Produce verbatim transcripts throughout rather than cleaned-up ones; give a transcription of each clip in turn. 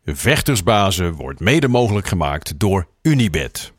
Vechtersbazen wordt mede mogelijk gemaakt door Unibet.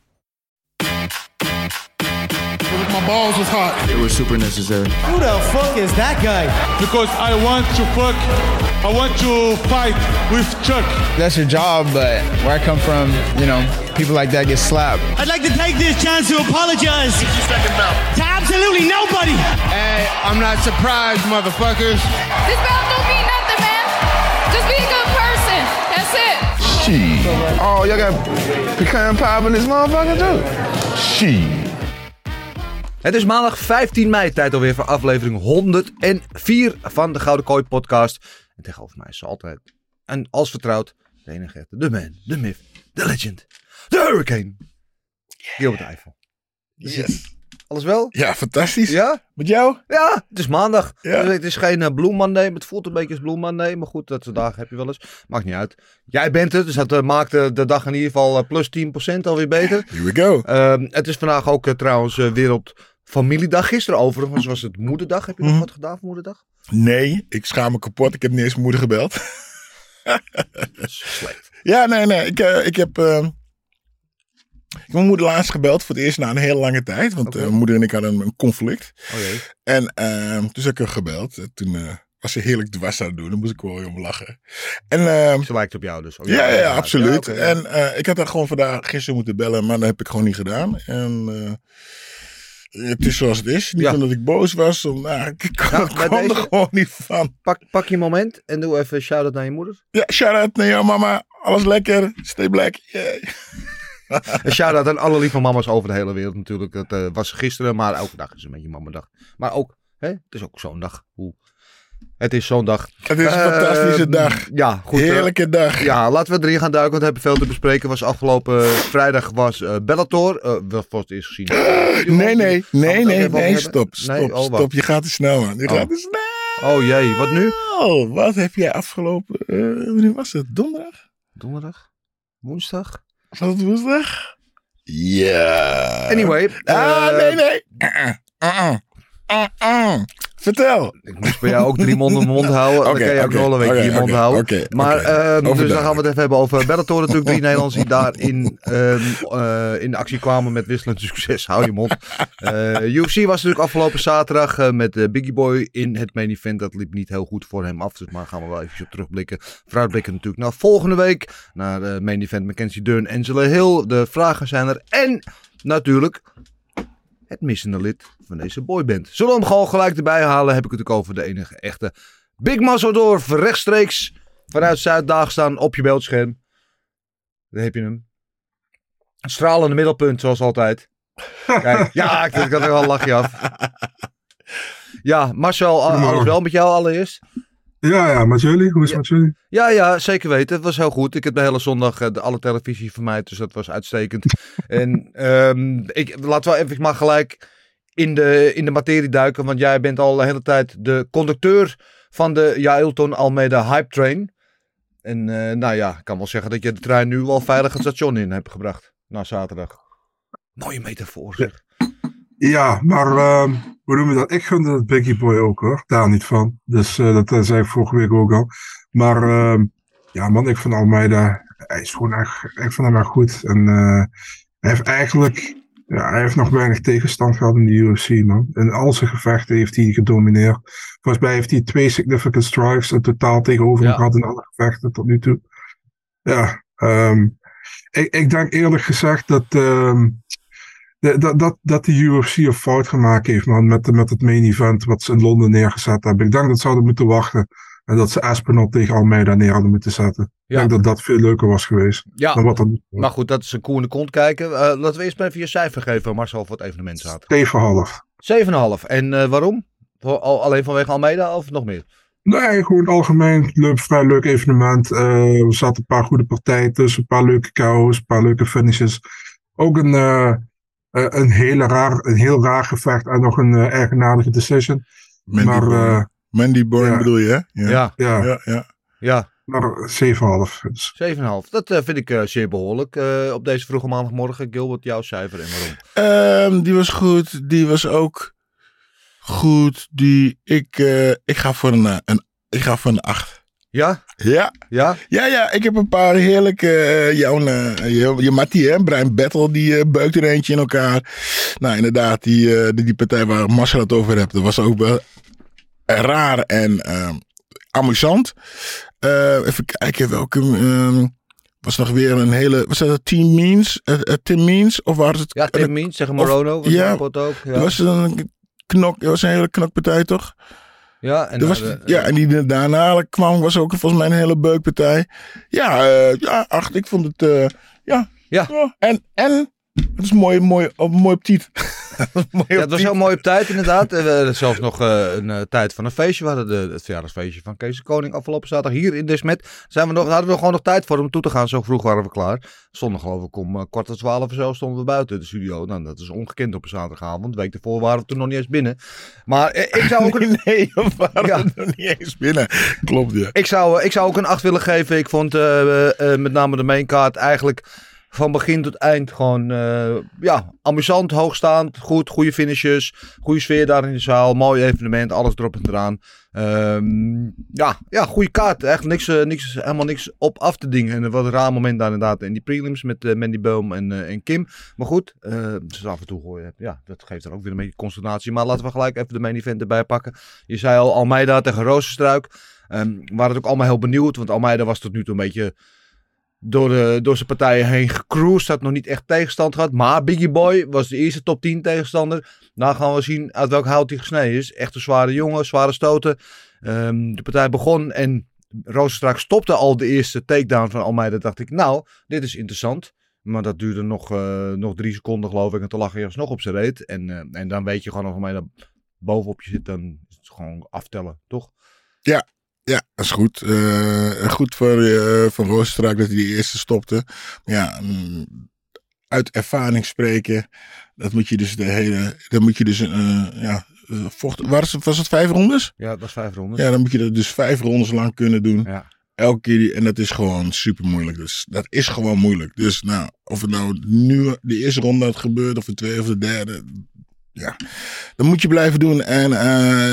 My balls was hot. It was super necessary. Who the fuck is that guy? Because I want to fuck, I want to fight with Chuck. That's your job, but where I come from, you know, people like that get slapped. I'd like to take this chance to apologize to absolutely nobody. Hey, I'm not surprised, motherfuckers. This belt don't mean nothing, man. Just be a good person. That's it. Shit. Oh, y'all got pecan pie in this motherfucker too? Shit. Het is maandag vijftien mei, tijd alweer voor aflevering honderdvier van de Gouden Kooi podcast. En tegenover mij is ze altijd, en als vertrouwd, de enige echte, de man, de myth, de legend, de hurricane. Gilbert Eiffel. Yes. Alles wel? Ja, fantastisch. Ja? Met jou? Ja, het is maandag. Ja. Het is geen uh, Blue Monday, maar het voelt een beetje als Blue Monday. Maar goed, dat soort dagen heb je wel eens. Maakt niet uit. Jij bent het, dus dat uh, maakt uh, de dag in ieder geval uh, plus tien procent alweer beter. Here we go. Uh, het is vandaag ook uh, trouwens uh, Wereldfamiliedag. Gisteren overigens was het Moederdag. Heb je nog Mm. wat gedaan voor Moederdag? Nee, ik schaam me kapot. Ik heb niet eens mijn moeder gebeld. Dat is slecht. Ja, nee, nee. Ik, uh, ik heb... Uh, ik heb mijn moeder laatst gebeld voor het eerst na een hele lange tijd. Want Okay. uh, mijn moeder en ik hadden een, een conflict. Oh jee. En uh, toen heb ik haar gebeld. En toen uh, was ze heerlijk dwars aan het doen. Daar moest ik wel om lachen. En, uh, Ze lijkt op jou dus. Oh, ja, ja, ja, absoluut. Ja, okay, en uh, ik had haar gewoon vandaag gisteren moeten bellen. Maar dat heb ik gewoon niet gedaan. En... Uh, het is zoals het is. Niet Ja. omdat ik boos was. Om, nou, ik kwam, Nou, bij kwam deze- er gewoon niet van. Pak, pak je moment en doe even een shout-out naar je moeder. Ja, shout-out naar jou mama. Alles lekker. Stay black. Yeah. Een shout-out aan alle lieve mama's over de hele wereld natuurlijk. Dat uh, was gisteren, maar elke dag is een beetje mamadag. Maar ook, hè, het is ook zo'n dag. Hoe? Het is zo'n dag. Het is een Uh, fantastische dag. Ja, goed. uh, Heerlijke dag. Ja, laten we erin gaan duiken, want we hebben veel te bespreken. Was afgelopen uh, vrijdag was uh, Bellator. Uh, wel voor het eerst gezien. Nee, nee. Gaan we Nee, het ook nee, even over nee. hebben? Stop. Stop. Nee? Oh, wacht. Stop. Je gaat te snel, man. Je Oh. gaat te snel. Oh jee, wat nu? Oh, wat heb jij afgelopen... Uh, wanneer was het? Donderdag? Donderdag? Woensdag? Was het woensdag? Ja. Anyway. Ah, uh, nee, nee. Uh-uh. Uh-uh. Uh-uh. Vertel. Ik moest bij jou ook drie monden in mijn mond houden. Dan Oké, kan je ook oké, nog wel een beetje oké, je mond oké, houden. oké, maar oké. ehm, dus Overduidelijk. dan gaan we het even hebben over Bellator. Natuurlijk drie Nederlanders die daarin um, uh, in actie kwamen met wisselend succes. Hou je mond. Uh, U F C was natuurlijk afgelopen zaterdag uh, met uh, Biggie Boy in het main event. Dat liep niet heel goed voor hem af. Dus maar gaan we wel even op terugblikken. Vooruitblikken natuurlijk naar volgende week. Naar de main event Mackenzie Dern, Angela Hill. De vragen zijn er. En natuurlijk... het missende lid van deze boyband. Zullen we hem gewoon gelijk erbij halen? Heb ik het ook over de enige echte Big Mazodorf. Rechtstreeks vanuit Zuid-Dagestan op je beeldscherm. Daar heb je hem. Stralende middelpunt zoals altijd. Kijk, ja, ik ik had er wel een lachje af. Ja, Marcel, a- alles wel met jou allereerst? Ja, ja, met jullie? Hoe is het Ja. met jullie? Ja, ja, zeker weten. Het was heel goed. Ik heb de hele zondag uh, de alle televisie vermijd, dus dat was uitstekend. en um, ik, laten we even maar gelijk in de, in de materie duiken, want jij bent al de hele tijd de conducteur van de Jailton Almeida Hype Train. En uh, nou ja, ik kan wel zeggen dat je de trein nu al veilig het station in hebt gebracht, na zaterdag. Mooie metafoor zeg. Ja, maar uh, hoe noemen we dat? Ik gunde het Biggie Boy ook hoor. Daar niet van. Dus uh, dat uh, zei ik vorige week ook al. Maar uh, ja man, ik vind Almeida, hij is gewoon echt, ik vind hem echt goed. En uh, hij heeft eigenlijk, ja, hij heeft nog weinig tegenstand gehad in de U F C man. In al zijn gevechten heeft hij gedomineerd. Volgens mij heeft hij twee significant strikes in totaal tegenover Ja. hem gehad in alle gevechten tot nu toe. Ja, um, ik, ik denk eerlijk gezegd dat... Um, De, dat, dat, dat de U F C een fout gemaakt heeft, man, met, de, met het main event wat ze in Londen neergezet hebben. Ik denk dat ze hadden moeten wachten en dat ze Aspinall tegen Almeida neer hadden moeten zetten. Ja. Ik denk dat dat veel leuker was geweest Ja, dan wat er nu maar goed, dat is een koe in de kont kijken. Uh, laten we eerst maar even je cijfer geven, Marcel, voor het evenement zaterdag. zeven komma vijf. zeven komma vijf. En uh, waarom? Voor, al, alleen vanwege Almeida of nog meer? Nee, gewoon algemeen leuk, vrij leuk evenement. Uh, er zaten een paar goede partijen tussen, een paar leuke K O's, een paar leuke finishes. Ook een, uh, uh, een, hele raar, een heel raar gevecht en nog een uh, eigenaardige decision. Mandy maar Boy. uh, Mandy Boy ja. bedoel je, hè? Ja. Ja, ja, Ja, ja. ja. maar zeven komma vijf. Dus. zeven komma vijf. Dat uh, vind ik uh, zeer behoorlijk. Uh, op deze vroege maandagmorgen. Gilbert, jouw cijfer en waarom? Um, die was goed. Die was ook goed. Die, ik, uh, ik ga voor een, een, ik ga voor een acht. Ja? Ja. Ja? Ja, ja, ik heb een paar heerlijke... Uh, jouw, uh, je, je Mattie, hè? Brian Battle, die uh, beukt er eentje in elkaar. Nou, inderdaad, die, uh, die, die partij waar Marcel het over hebt, dat was ook wel raar en uh, amusant. Uh, even kijken welke... Uh, was nog weer een hele... Was dat Team Means? Uh, uh, Tim Means? Of was het... Ja, Tim uh, Means, zeggen Morono. Was ja, ook, ja. Dat was een knok... Dat was een hele knokpartij, toch? Ja, en, was, de, ja, en die daarna kwam, was ook volgens mij een hele beukpartij. Ja, uh, ja, ach, ik vond het... Uh, ja, ja. ja. En, en... Het is mooi, mooi, mooi op tijd. mooi ja, het was heel mooi op tijd inderdaad. We hadden zelfs nog uh, een uh, tijd van een feestje. We hadden de, het verjaardagsfeestje van Kees de Koning afgelopen zaterdag hier in Desmet. Zijn we nog, hadden we gewoon nog tijd voor om toe te gaan. Zo vroeg waren we klaar. Stonden geloof ik om uh, kwart voor twaalf of zo stonden we buiten de studio. Nou, dat is ongekend op een zaterdagavond. De week ervoor waren we toen nog niet eens binnen. Maar uh, ik zou ook... Een... nee, we waren ja. nog niet eens binnen. Klopt, ja. Ik zou, uh, ik zou ook een acht willen geven. Ik vond uh, uh, uh, met name de maincard eigenlijk... Van begin tot eind gewoon, uh, ja, amusant, hoogstaand, goed, goede finishes, goede sfeer daar in de zaal, mooi evenement, alles erop en eraan. Um, ja, ja, goede kaart, echt niks, uh, niks, helemaal niks op af te dingen. En er was een raar moment daar inderdaad in die prelims met uh, Mandy Boom en, uh, en Kim. Maar goed, uh, ze af en toe gooien, ja, dat geeft dan ook weer een beetje consternatie. Maar laten we gelijk even de main event erbij pakken. Je zei al, Almeida tegen Rozenstruik. Um, we waren ook allemaal heel benieuwd, want Almeida was tot nu toe een beetje... Door, de, door zijn partijen heen gecruised. Had nog niet echt tegenstand gehad. Maar Biggie Boy was de eerste top tien tegenstander. Nou gaan we zien uit welk hout hij gesneden is. Echt een zware jongen, zware stoten. Um, de partij begon en Rozenstruik stopte al de eerste takedown van Almeida. Dacht ik, nou, dit is interessant. Maar dat duurde nog, uh, nog drie seconden geloof ik. En toen lag hij nog op zijn reet. En, uh, en dan weet je gewoon, als Almeida bovenop je zit, dan is het gewoon aftellen, toch? Ja. Ja, dat is goed. Uh, goed voor uh, Van Rozenstruik dat hij die eerste stopte. Maar ja, um, uit ervaring spreken, dat moet je dus de hele, dan moet je dus, uh, ja, vocht, was het, was het vijf rondes? Ja, het was vijf rondes. Ja, dan moet je dat dus vijf rondes lang kunnen doen. Ja. Elke keer, die, en dat is gewoon super moeilijk. Dus dat is gewoon moeilijk. Dus nou, of het nou nu de eerste ronde had gebeurd, of de tweede of de derde... Ja, dat moet je blijven doen. En uh,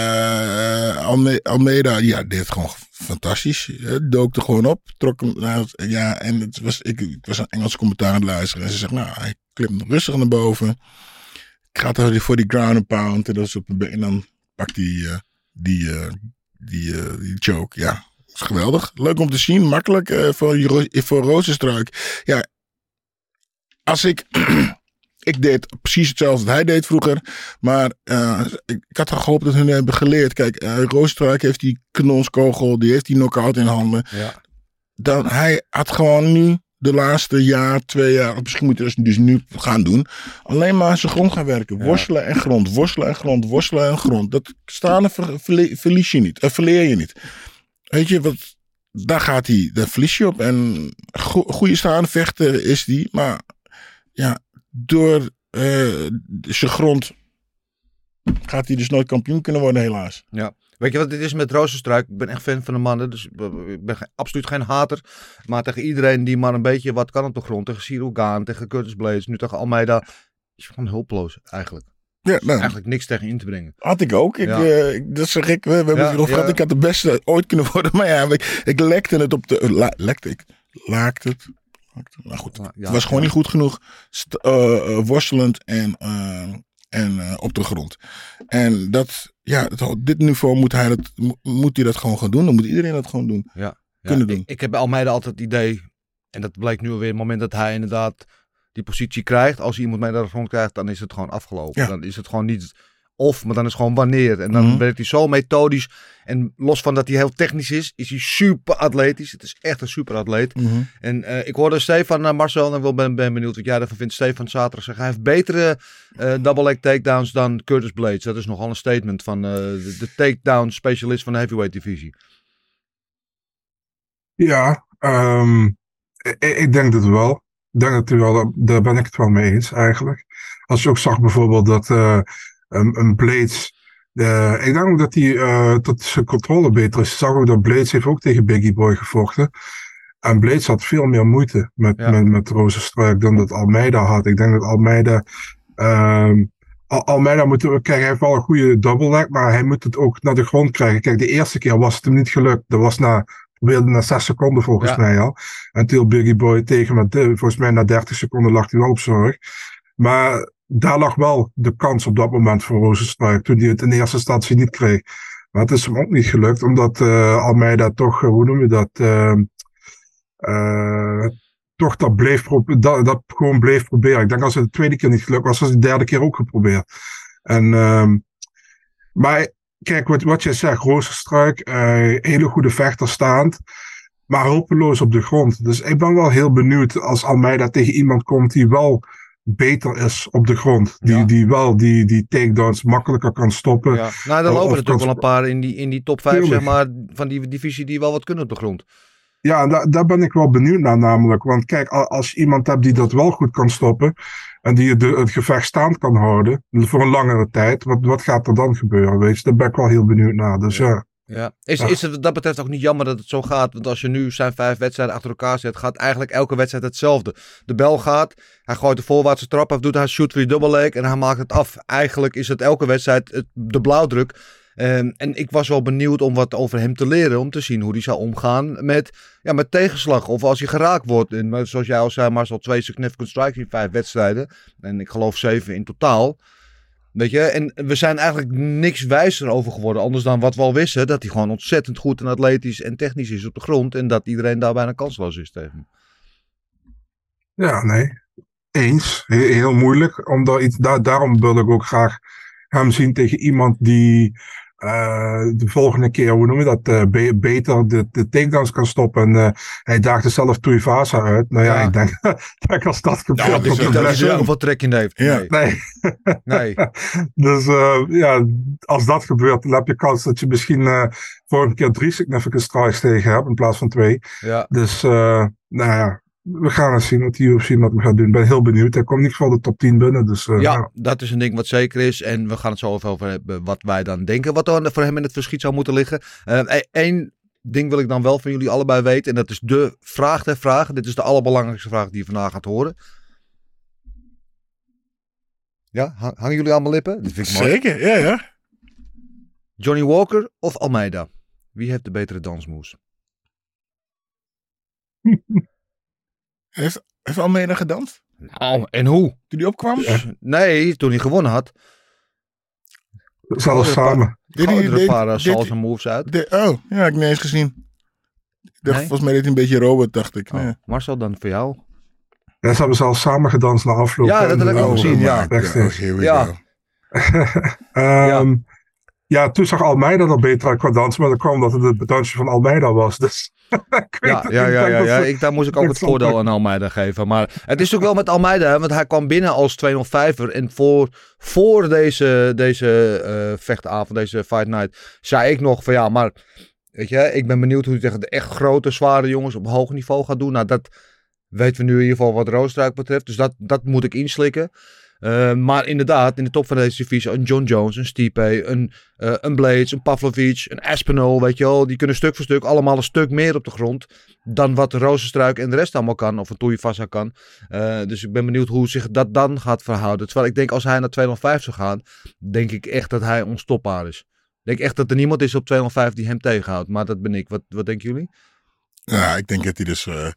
uh, Alme- Almeida, ja, deed gewoon fantastisch. Hij dook er gewoon op. Trok hem naar, ja, en het was, ik, ik was een Engelse commentaar aan het luisteren. En ze zegt, nou, hij klimt rustig naar boven. Gaat er voor die ground and pound. En, dat is op een, en dan pakt hij uh, die, uh, die, uh, die choke. Ja, dat is geweldig. Leuk om te zien. Makkelijk uh, voor, voor Rozenstruik. Ja, als ik... Ik deed precies hetzelfde wat hij deed vroeger. Maar uh, ik, ik had gehoopt dat hun hebben geleerd. Kijk, uh, Rozenstruik heeft die knonskogel. Die heeft die knock-out in handen. Ja. Dan, hij had gewoon nu de laatste jaar, twee jaar. Of misschien moet hij dat dus nu gaan doen. Alleen maar aan zijn grond gaan werken. Worstelen en grond. Worstelen en grond. Worstelen en grond. Dat staande ver, verle, verlies je niet. Uh, verleer je niet. Weet je, wat, daar gaat hij. Daar verlies je op. En go, goede staande vechter is die. Maar ja... Door uh, zijn grond gaat hij dus nooit kampioen kunnen worden, helaas. Ja. Weet je wat dit is met Rozenstruik? Ik ben echt fan van de mannen, dus ik ben geen, absoluut geen hater. Maar tegen iedereen die maar een beetje wat kan op de grond, tegen Cyril Gane, tegen Curtis Blades, nu tegen Almeida, is gewoon hulpeloos eigenlijk. Ja, nou, eigenlijk niks tegen in te brengen. Had ik ook. Ik, ja. uh, ik, dat zeg ik. We, we hebben ja, het erover gehad. Ja. Ik had de beste ooit kunnen worden. Maar ja, ik, ik lekte het op de... Uh, la, lekte ik? Laakte het? Nou goed, ja, het was gewoon ja. niet goed genoeg. St- uh, uh, worstelend en, uh, en uh, op de grond. En dat, ja, dat, op dit niveau moet hij, dat, moet hij dat gewoon gaan doen. Dan moet iedereen dat gewoon doen. Ja, kunnen ja, doen. Ik, ik heb bij Almeida altijd het idee, en dat blijkt nu alweer, het moment dat hij inderdaad die positie krijgt, als hij iemand mee naar de grond krijgt, dan is het gewoon afgelopen. Ja. Dan is het gewoon niet of, maar dan is het gewoon wanneer. En dan mm-hmm. werkt hij zo methodisch. En los van dat hij heel technisch is, is hij super atletisch. Het is echt een super atleet. Mm-hmm. En uh, ik hoorde Stefan uh, Marcel, en ik ben, ben benieuwd wat jij ervan vindt. Stefan zaterdag zeggen, hij heeft betere uh, double leg takedowns dan Curtis Blades. Dat is nogal een statement van uh, de, de takedown specialist van de heavyweight divisie. Ja, um, ik, ik denk het wel. Ik denk dat hij wel, daar ben ik het wel mee eens eigenlijk. Als je ook zag bijvoorbeeld dat uh, een, een Blades, uh, ik denk ook dat hij uh, dat zijn controle beter is. Ik zag ook dat Blades heeft ook tegen Biggie Boy gevochten. En Blades had veel meer moeite met, ja. met, met Rozenstruik dan dat Almeida had. Ik denk dat Almeida um, Al- Almeida moet ook krijgen, hij heeft wel een goede double leg, maar hij moet het ook naar de grond krijgen. Kijk, de eerste keer was het hem niet gelukt. Dat was na, probeerde na zes seconden volgens Ja. mij al. En toen Biggie Boy tegen, met de, volgens mij na dertig seconden lag hij wel op zorg. Maar daar lag wel de kans op dat moment voor Rozenstruik, toen hij het in eerste instantie niet kreeg. Maar het is hem ook niet gelukt, omdat uh, Almeida toch, uh, hoe noem je dat, uh, uh, toch dat, bleef pro- dat, dat gewoon bleef proberen. Ik denk als het de tweede keer niet gelukt was, was het de derde keer ook geprobeerd. En, um, maar kijk, wat, wat je zegt, Rozenstruik, uh, hele goede vechter staand, maar hulpeloos op de grond. Dus ik ben wel heel benieuwd als Almeida tegen iemand komt die wel beter is op de grond. Die, Ja. die wel die, die takedowns makkelijker kan stoppen. Ja. Nou, er Of- lopen of natuurlijk kan- wel een paar in die, in die top vijf, zeg Tuurlijk. maar, van die divisie die wel wat kunnen op de grond. Ja, en da- daar ben ik wel benieuwd naar namelijk. Want kijk, a- als je iemand hebt die dat wel goed kan stoppen en die het, het gevecht staand kan houden voor een langere tijd, wat, wat gaat er dan gebeuren? Weet je? Daar ben ik wel heel benieuwd naar. Dus ja. Ja. Is, Ja. is het wat dat betreft ook niet jammer dat het zo gaat? Want als je nu zijn vijf wedstrijden achter elkaar zet, gaat eigenlijk elke wedstrijd hetzelfde. De bel gaat, hij gooit de voorwaartse trap af, doet hij shoot voor die double leg en hij maakt het af. Eigenlijk is het elke wedstrijd het, de blauwdruk. Um, en ik was wel benieuwd om wat over hem te leren, om te zien hoe hij zou omgaan met, ja, met tegenslag. Of als hij geraakt wordt. En zoals jij al zei, Marcel, twee significant strikes in vijf wedstrijden. En ik geloof zeven in totaal. Weet je, en we zijn eigenlijk niks wijzer over geworden. Anders dan wat we al wisten. Dat hij gewoon ontzettend goed en atletisch en technisch is op de grond. En dat iedereen daar bijna kansloos is tegen hem. Ja, nee. Eens. Heel, heel moeilijk. Omdat iets, daar, daarom wil ik ook graag hem zien tegen iemand die uh, de volgende keer, hoe noem je dat, uh, be- beter de, de takedowns kan stoppen. En uh, hij daagde zelf Tuivasa uit. Nou ja, ja. ik denk, denk als dat gebeurt. Ja, dat is niet dat hij zoveel trek in heeft. Ja. Nee. Nee. nee. Dus uh, ja, als dat gebeurt, dan heb je kans dat je misschien uh, volgende keer drie significant strikes tegen hebt in plaats van twee. Ja. Dus, uh, nou ja. We gaan eens zien wat de U F C met hem gaat doen. Ik ben heel benieuwd. Hij komt niet voor de top tien binnen. Dus, uh, ja, ja, dat is een ding wat zeker is. En we gaan het zo over hebben wat wij dan denken. Wat er voor hem in het verschiet zou moeten liggen. Eén uh, ding wil ik dan wel van jullie allebei weten. En dat is de vraag der vragen. Dit is de allerbelangrijkste vraag die je vandaag gaat horen. Ja, hangen jullie allemaal lippen? Dat vind ik mooi. Zeker, ja, ja. Johnny Walker of Almeida? Wie heeft de betere dansmoves? Heeft, heeft Almeida gedanst? Nou, en hoe? Toen hij opkwam? Ja. Nee, toen hij gewonnen had. zelfs samen. Deed hij er een paar uh, salsa dit, moves uit? Dit, oh, ja, ik heb niet eens gezien. Ik dacht, Nee? volgens mij deed hij een beetje Robert, dacht ik. Oh, Nee. Marcel, dan voor jou. Ja, ze hebben zelfs samen gedanst na afloop. Ja, dat heb ik En, ook uh, gezien, ja. Oh, backstage. here we Ja. go. um, ja. ja, toen zag Almeida er beter uit qua dansen, maar dat kwam omdat het het dansje van Almeida was. Dus ik weet Ja, het ja, niet. ja, Ik ja, denk ja. dat ze- Ik, daar moest ik ook dat het snap voordeel ik. aan Almeida geven. Maar het is ook wel met Almeida, hè, want hij kwam binnen als twee nul vijfer. En voor, voor deze, deze uh, vechtavond, deze fight night, zei ik nog van ja, maar weet je, ik ben benieuwd hoe hij tegen de echt grote, zware jongens op hoog niveau gaat doen. Nou, dat weten we nu in ieder geval wat Rozenstruik betreft. Dus dat, dat moet ik inslikken. Uh, maar inderdaad, in de top van deze divisie, een John Jones, een Stipe, een, uh, een Blades, een Pavlovic, een Aspinall, weet je wel. Die kunnen stuk voor stuk allemaal een stuk meer op de grond dan wat Rozenstruik en de rest allemaal kan. Of een Tuivasa kan. Uh, dus ik ben benieuwd hoe zich dat dan gaat verhouden. Terwijl ik denk, als hij naar twee nul vijf zou gaan, denk ik echt dat hij onstopbaar is. Ik denk echt dat er niemand is op twee nul vijf die hem tegenhoudt. Maar dat ben ik. Wat, wat denken jullie? Ja, ik denk dat hij dus... Uh,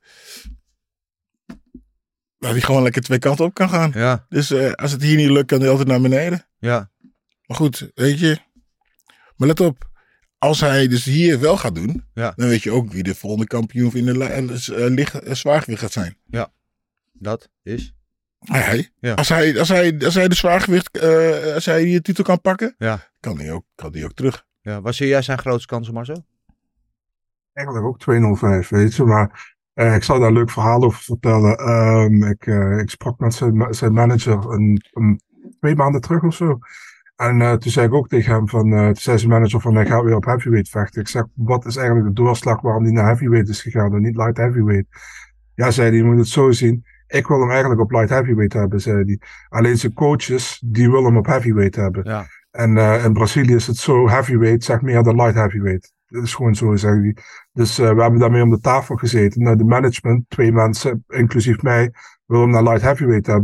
dat hij gewoon lekker twee kanten op kan gaan. Ja. Dus uh, als het hier niet lukt, kan hij altijd naar beneden. Ja. Maar goed, weet je. Maar let op. Als hij dus hier wel gaat doen, ja. dan weet je ook wie de volgende kampioen in de uh, licht, uh, zwaargewicht gaat zijn. Ja. Dat is... Hij. Ja. Als, hij, als, hij, als hij de zwaargewicht, uh, als hij die titel kan pakken, ja. kan hij ook, kan hij ook terug. Ja. Waar zie jij zijn grootste kansen, Marcel? Eigenlijk ook twee nul vijf, weet je. Maar uh, ik zal daar een leuk verhaal over vertellen. Um, ik, uh, ik sprak met zijn, zijn manager een, een, twee maanden terug of zo. En uh, toen zei ik ook tegen hem van, uh, toen zei zijn manager van, hij gaat weer op heavyweight vechten. Ik zeg, wat is eigenlijk de doorslag waarom hij naar heavyweight is gegaan en niet light heavyweight? Ja, zei hij, je moet het zo zien. Ik wil hem eigenlijk op light heavyweight hebben, zei hij. Alleen zijn coaches, die willen hem op heavyweight hebben. Ja. En uh, in Brazilië is het zo heavyweight, zeg meer dan light heavyweight. Dat is gewoon zo, zeg hij. Dus uh, we hebben daarmee om de tafel gezeten. Nou, de management, twee mensen, inclusief mij, willen hem naar light heavyweight hebben.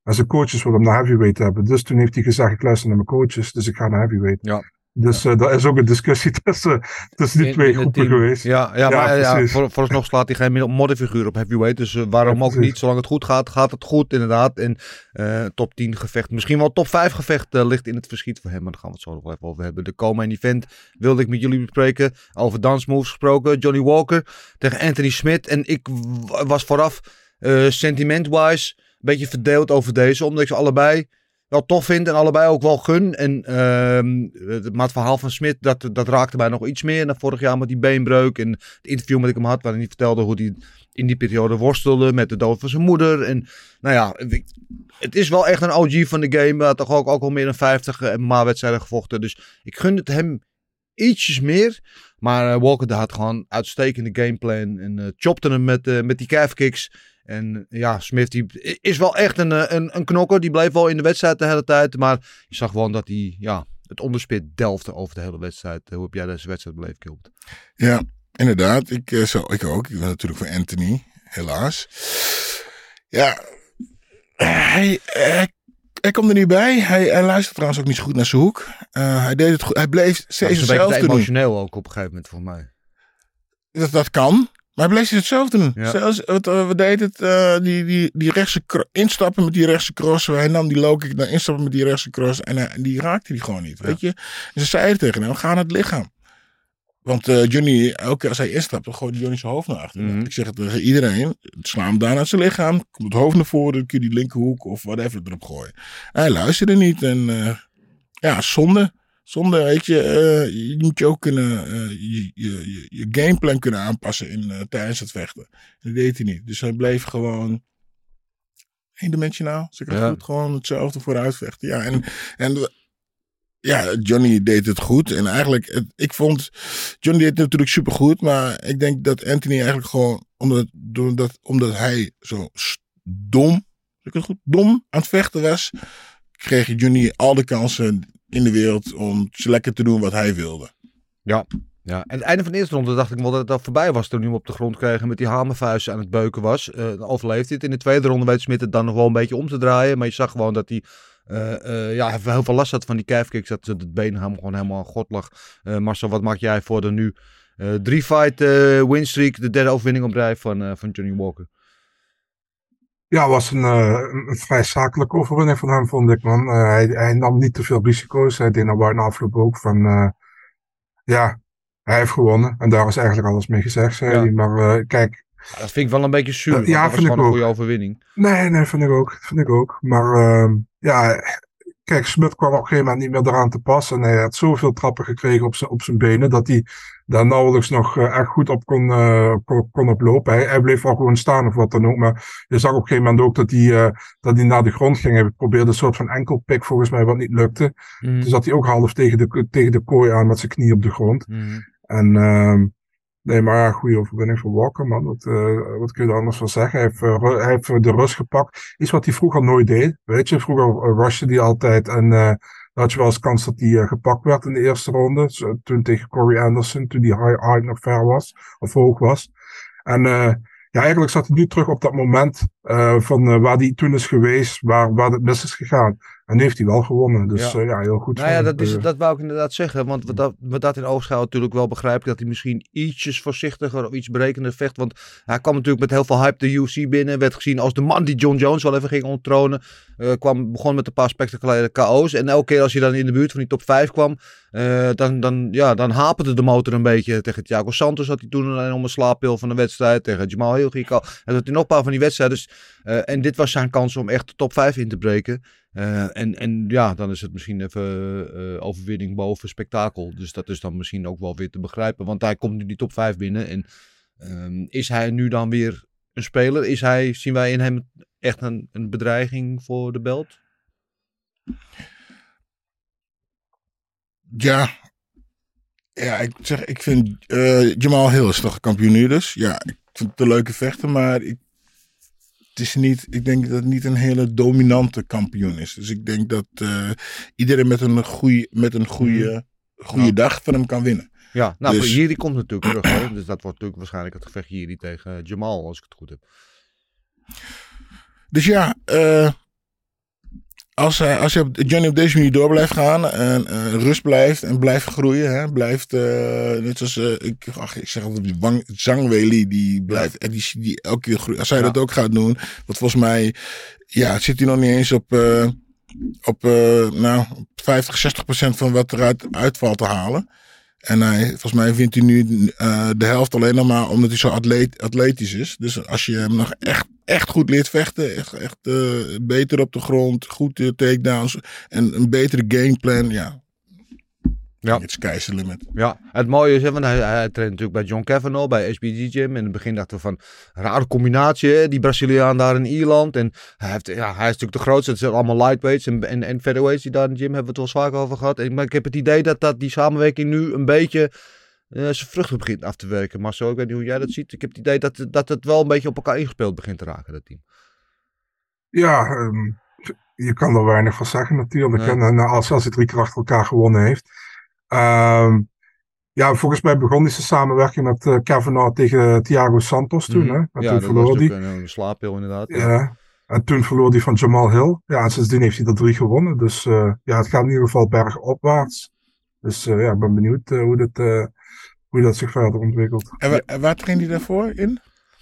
En zijn coaches willen hem naar heavyweight hebben. Dus toen heeft hij gezegd, ik luister naar mijn coaches, dus ik ga naar heavyweight. Ja. Dus uh, daar is ook een discussie tussen, tussen die In, twee in groepen team. geweest. Ja, ja, Ja, maar ja, precies. voor, vooralsnog slaat hij geen modderfiguur op heavyweight. Dus uh, waarom Ja, ook precies. niet? Zolang het goed gaat, gaat het goed inderdaad. En uh, top tien gevecht, misschien wel top vijf gevecht uh, ligt in het verschiet voor hem. Maar daar gaan we het zo nog wel even over hebben. De co-main event wilde ik met jullie bespreken. Over dance moves gesproken. Johnny Walker tegen Anthony Smith. En ik w- was vooraf uh, sentiment-wise een beetje verdeeld over deze. Omdat ik ze allebei wel tof vind en allebei ook wel gun. En, uh, maar het verhaal van Smith, dat, dat raakte mij nog iets meer. Na vorig jaar met die beenbreuk en het interview met ik hem had, waarin hij vertelde hoe hij in die periode worstelde met de dood van zijn moeder. En nou ja, het is wel echt een O G van de game. Hij had toch ook, ook al meer dan vijftig M M A-wedstrijden gevochten. Dus ik gun het hem ietsjes meer. Maar uh, Walker had gewoon uitstekende gameplan en uh, chopte hem met, uh, met die calf kicks. En ja, Smith die is wel echt een, een, een knokker. Die bleef wel in de wedstrijd de hele tijd. Maar je zag gewoon dat hij ja, het onderspit delfde over de hele wedstrijd. Hoe heb jij deze wedstrijd beleefd, Gilbert? Ja, inderdaad. Ik, uh, zo, ik ook. Ik ben natuurlijk voor Anthony, helaas. Ja, hij, hij, hij komt er niet bij. Hij, hij luistert trouwens ook niet zo goed naar zijn hoek. Uh, hij deed het goed. Hij bleef steeds hetzelfde doen. Dat is een beetje emotioneel ook op een gegeven moment voor mij. Dat, dat kan. Maar hij bleef steeds hetzelfde doen. Ja. Zelfs, wat, uh, wat deed het? Uh, die, die, die rechtse cro- instappen met die rechtse cross. Hij nam die low kick, dan instappen met die rechtse cross. En, uh, en die raakte die gewoon niet. Ja. Weet je? En ze zeiden tegen hem, ga naar het lichaam. Want uh, Johnny, elke keer als hij instapt, dan gooit Johnny zijn hoofd naar achteren. Mm-hmm. Ik zeg het tegen iedereen. Sla hem daar naar zijn lichaam. Komt het hoofd naar voren, dan kun je die linkerhoek of whatever erop gooien. En hij luisterde niet. En uh, ja, zonde. Zonde, weet je. Uh, je moet je ook kunnen, uh, je, je, je, je gameplan kunnen aanpassen in, uh, tijdens het vechten. Dat deed hij niet. Dus hij bleef gewoon eendimensionaal. Zeg ik het Ja. goed? Gewoon hetzelfde vooruit vechten. Ja, en... en ja, Johnny deed het goed. En eigenlijk, het, ik vond... Johnny deed het natuurlijk supergoed. Maar ik denk dat Anthony eigenlijk gewoon... Omdat, doordat, omdat hij zo dom... Zeg ik het goed? Dom aan het vechten was... Kreeg Johnny al de kansen in de wereld... Om lekker te doen wat hij wilde. Ja. Ja, en het einde van de eerste ronde dacht ik wel dat het al voorbij was. Toen hij hem op de grond kreeg en met die hamervuisten aan het beuken was. Uh, dan overleefde hij het. In de tweede ronde weet Smith het dan nog wel een beetje om te draaien. Maar je zag gewoon dat hij... Uh, uh, ja, heel veel last had van die calfkicks. Dat het been hem gewoon helemaal aan God lag. Uh, Marcel, wat maak jij voor de nu uh, drie fight uh, winstreak? De derde overwinning op rij van, uh, van Johnny Walker. Ja, het was een, uh, een vrij zakelijke overwinning van hem, vond ik, man. Uh, hij, hij nam niet te veel risico's. Hij deed nou na afloop ook van... Uh, ja, hij heeft gewonnen. En daar is eigenlijk alles mee gezegd, zei Ja. hij. Maar uh, kijk... Ja, dat vind ik wel een beetje zuur. Uh, ja, dat was vind ik gewoon een ook. goede overwinning. Nee, nee, vind ik ook. Vind ik ook. Maar uh, ja, kijk, Smith kwam op een gegeven moment niet meer eraan te passen. En hij had zoveel trappen gekregen op zijn, op zijn benen, dat hij daar nauwelijks nog uh, echt goed op kon, uh, kon, kon oplopen. Hij, hij bleef wel gewoon staan of wat dan ook. Maar je zag op een gegeven moment ook dat hij, uh, dat hij naar de grond ging. Hij probeerde een soort van enkelpik volgens mij, wat niet lukte. Mm. Dus zat hij ook half tegen de, tegen de kooi aan met zijn knie op de grond. Mm. En... Uh, Nee, maar ja, goede overwinning voor Walker, man. Wat, uh, wat kun je er anders van zeggen? Hij heeft, uh, hij heeft de rust gepakt. Iets wat hij vroeger nooit deed. Weet je, vroeger uh, rushte hij altijd. En uh, dan had je wel eens kans dat hij uh, gepakt werd in de eerste ronde. Dus, uh, toen tegen Corey Anderson, toen die high, high nog ver was. Of hoog was. En uh, ja, eigenlijk zat hij nu terug op dat moment uh, van uh, waar hij toen is geweest. Waar, waar het mis is gegaan. En nu heeft hij wel gewonnen. Dus ja, uh, ja heel goed. Nou ja, dat, is, uh, dat wou ik inderdaad zeggen. Want wat dat, wat dat in oogschouw natuurlijk wel begrijp ik dat hij misschien ietsjes voorzichtiger of iets berekender vecht. Want hij kwam natuurlijk met heel veel hype de U F C binnen. Werd gezien als de man die John Jones wel even ging onttronen. Uh, kwam, begon met een paar spectaculaire K O's. En elke keer als hij dan in de buurt van die top vijf kwam. Uh, dan, dan, ja, dan haperde de motor een beetje. Tegen Thiago Santos had hij toen alleen om een slaappil van de wedstrijd. Tegen Jamal Hill ging al. En had hij nog een paar van die wedstrijden. Dus, uh, en dit was zijn kans om echt de top vijf in te breken. Uh, en, en ja, dan is het misschien even uh, overwinning boven spektakel. Dus dat is dan misschien ook wel weer te begrijpen. Want hij komt nu die top vijf binnen. En um, is hij nu dan weer een speler? Is hij, zien wij in hem echt een, een bedreiging voor de belt? Ja. Ja, ik zeg, ik vind uh, Jamal Hill is toch kampioen nu dus. Ja, ik vind het een leuke vechter, maar ik Het is niet, ik denk dat het niet een hele dominante kampioen is. Dus ik denk dat uh, iedereen met een goede, met een goede, goede ja. dag van hem kan winnen. Ja, nou, dus, Jiri komt natuurlijk terug. Hè? Dus dat wordt natuurlijk waarschijnlijk het gevecht Jiri tegen Jamal, als ik het goed heb. Dus ja, uh, als, hij, als je op, Johnny op deze manier door blijft gaan en uh, rust blijft en blijft groeien, hè, blijft, uh, net zoals, uh, ik, ach, ik zeg altijd, Wang, Zhang Weili, die blijft, en die, die elke keer groeit. Als hij ja. dat ook gaat doen, wat volgens mij, ja, zit hij nog niet eens op, uh, op uh, nou, vijftig, zestig procent van wat eruit uitvalt te halen. En hij, volgens mij vindt hij nu uh, de helft alleen nog maar omdat hij zo atleet, atletisch is. Dus als je hem nog echt, echt goed leert vechten, echt, echt uh, beter op de grond, goed uh, takedowns en een betere gameplan, ja. Ja. Het sky's the limit. Ja, het mooie is, hè, want hij, hij traint natuurlijk bij John Kavanagh, bij S B G Gym. In het begin dachten we van, rare combinatie, hè, die Braziliaan daar in Ierland. En hij, heeft, ja, hij is natuurlijk de grootste, het zijn allemaal lightweights en, en, en featherweights die daar in de gym, hebben we het wel eens vaak over gehad. En, maar ik heb het idee dat, dat die samenwerking nu een beetje uh, zijn vruchten begint af te werken. Maar zo, ik weet niet hoe jij dat ziet. Ik heb het idee dat, dat het wel een beetje op elkaar ingespeeld begint te raken, dat team. Ja, um, je kan er weinig van zeggen natuurlijk. Ja. En, en als, als hij drie keer achter elkaar gewonnen heeft. Um, ja, volgens mij begon deze samenwerking met uh, Kavanagh tegen Thiago Santos toen. Mm-hmm. Hè? En ja, toen dat verloor was die. een, een slaappil inderdaad. Ja. ja, en toen verloor hij van Jamal Hill. Ja, en sindsdien heeft hij er drie gewonnen. Dus uh, ja, het gaat in ieder geval bergopwaarts. Dus uh, ja, ik ben benieuwd uh, hoe, dit, uh, hoe dat zich verder ontwikkelt. En, wa- en waar traint hij daarvoor in?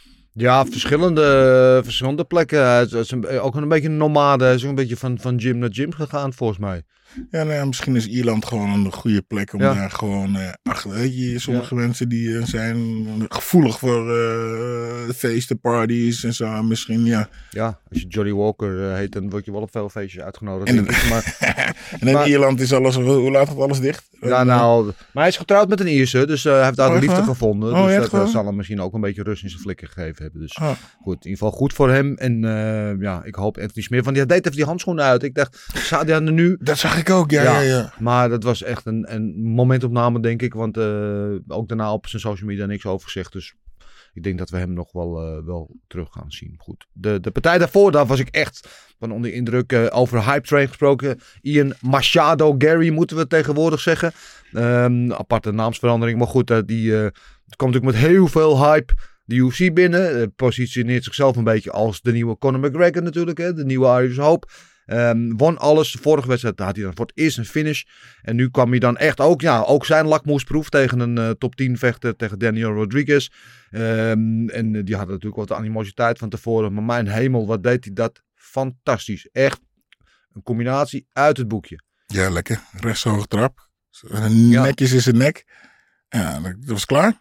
Ja, verschillende, verschillende plekken. Hij is, is een, ook een beetje een nomade. Hij is ook een beetje van, van gym naar gym gegaan, volgens mij. Ja, nou ja, misschien is Ierland gewoon een goede plek om ja. daar gewoon uh, achter. Weet je, sommige ja. mensen die uh, zijn gevoelig voor uh, feesten, parties en zo. Misschien, ja. Ja, als je Johnny Walker uh, heet, dan word je wel op veel feestjes uitgenodigd. En, ik, maar, en in maar, Ierland is alles, hoe laat gaat alles dicht? Ja, nou, maar hij is getrouwd met een Ierse, dus uh, hij heeft daar oh, liefde gevonden. Oh, dus ja, dat uh, zal hem misschien ook een beetje rust in zijn flikken gegeven hebben. Dus oh. goed, in ieder geval goed voor hem. En uh, ja, ik hoop Anthony Smith, want hij deed even die handschoenen uit. Ik dacht, zou hij er nu... Dat zag ik ook, ja, ja, ja. ja. Maar dat was echt een, een momentopname, denk ik. Want uh, ook daarna op zijn social media niks over gezegd. Dus ik denk dat we hem nog wel, uh, wel terug gaan zien. Goed. De, de partij daarvoor, daar was ik echt van onder indruk. Uh, over Hype Train gesproken. Ian Machado Gary moeten we tegenwoordig zeggen. Um, aparte naamsverandering. Maar goed, uh, die uh, komt natuurlijk met heel veel hype de U F C binnen. Uh, positioneert zichzelf een beetje als de nieuwe Conor McGregor natuurlijk. Hè, de nieuwe Irish Hope. Um, won alles. De vorige wedstrijd had hij dan voor het eerst een finish. En nu kwam hij dan echt ook, ja, ook zijn lakmoesproef tegen een uh, top tien vechter, tegen Daniel Rodriguez. Um, en uh, die had natuurlijk wat animositeit van tevoren. Maar mijn hemel, wat deed hij dat fantastisch. Echt een combinatie uit het boekje. Ja, lekker. Rechtshoge trap. Netjes ja. in zijn nek. Ja, dat was klaar.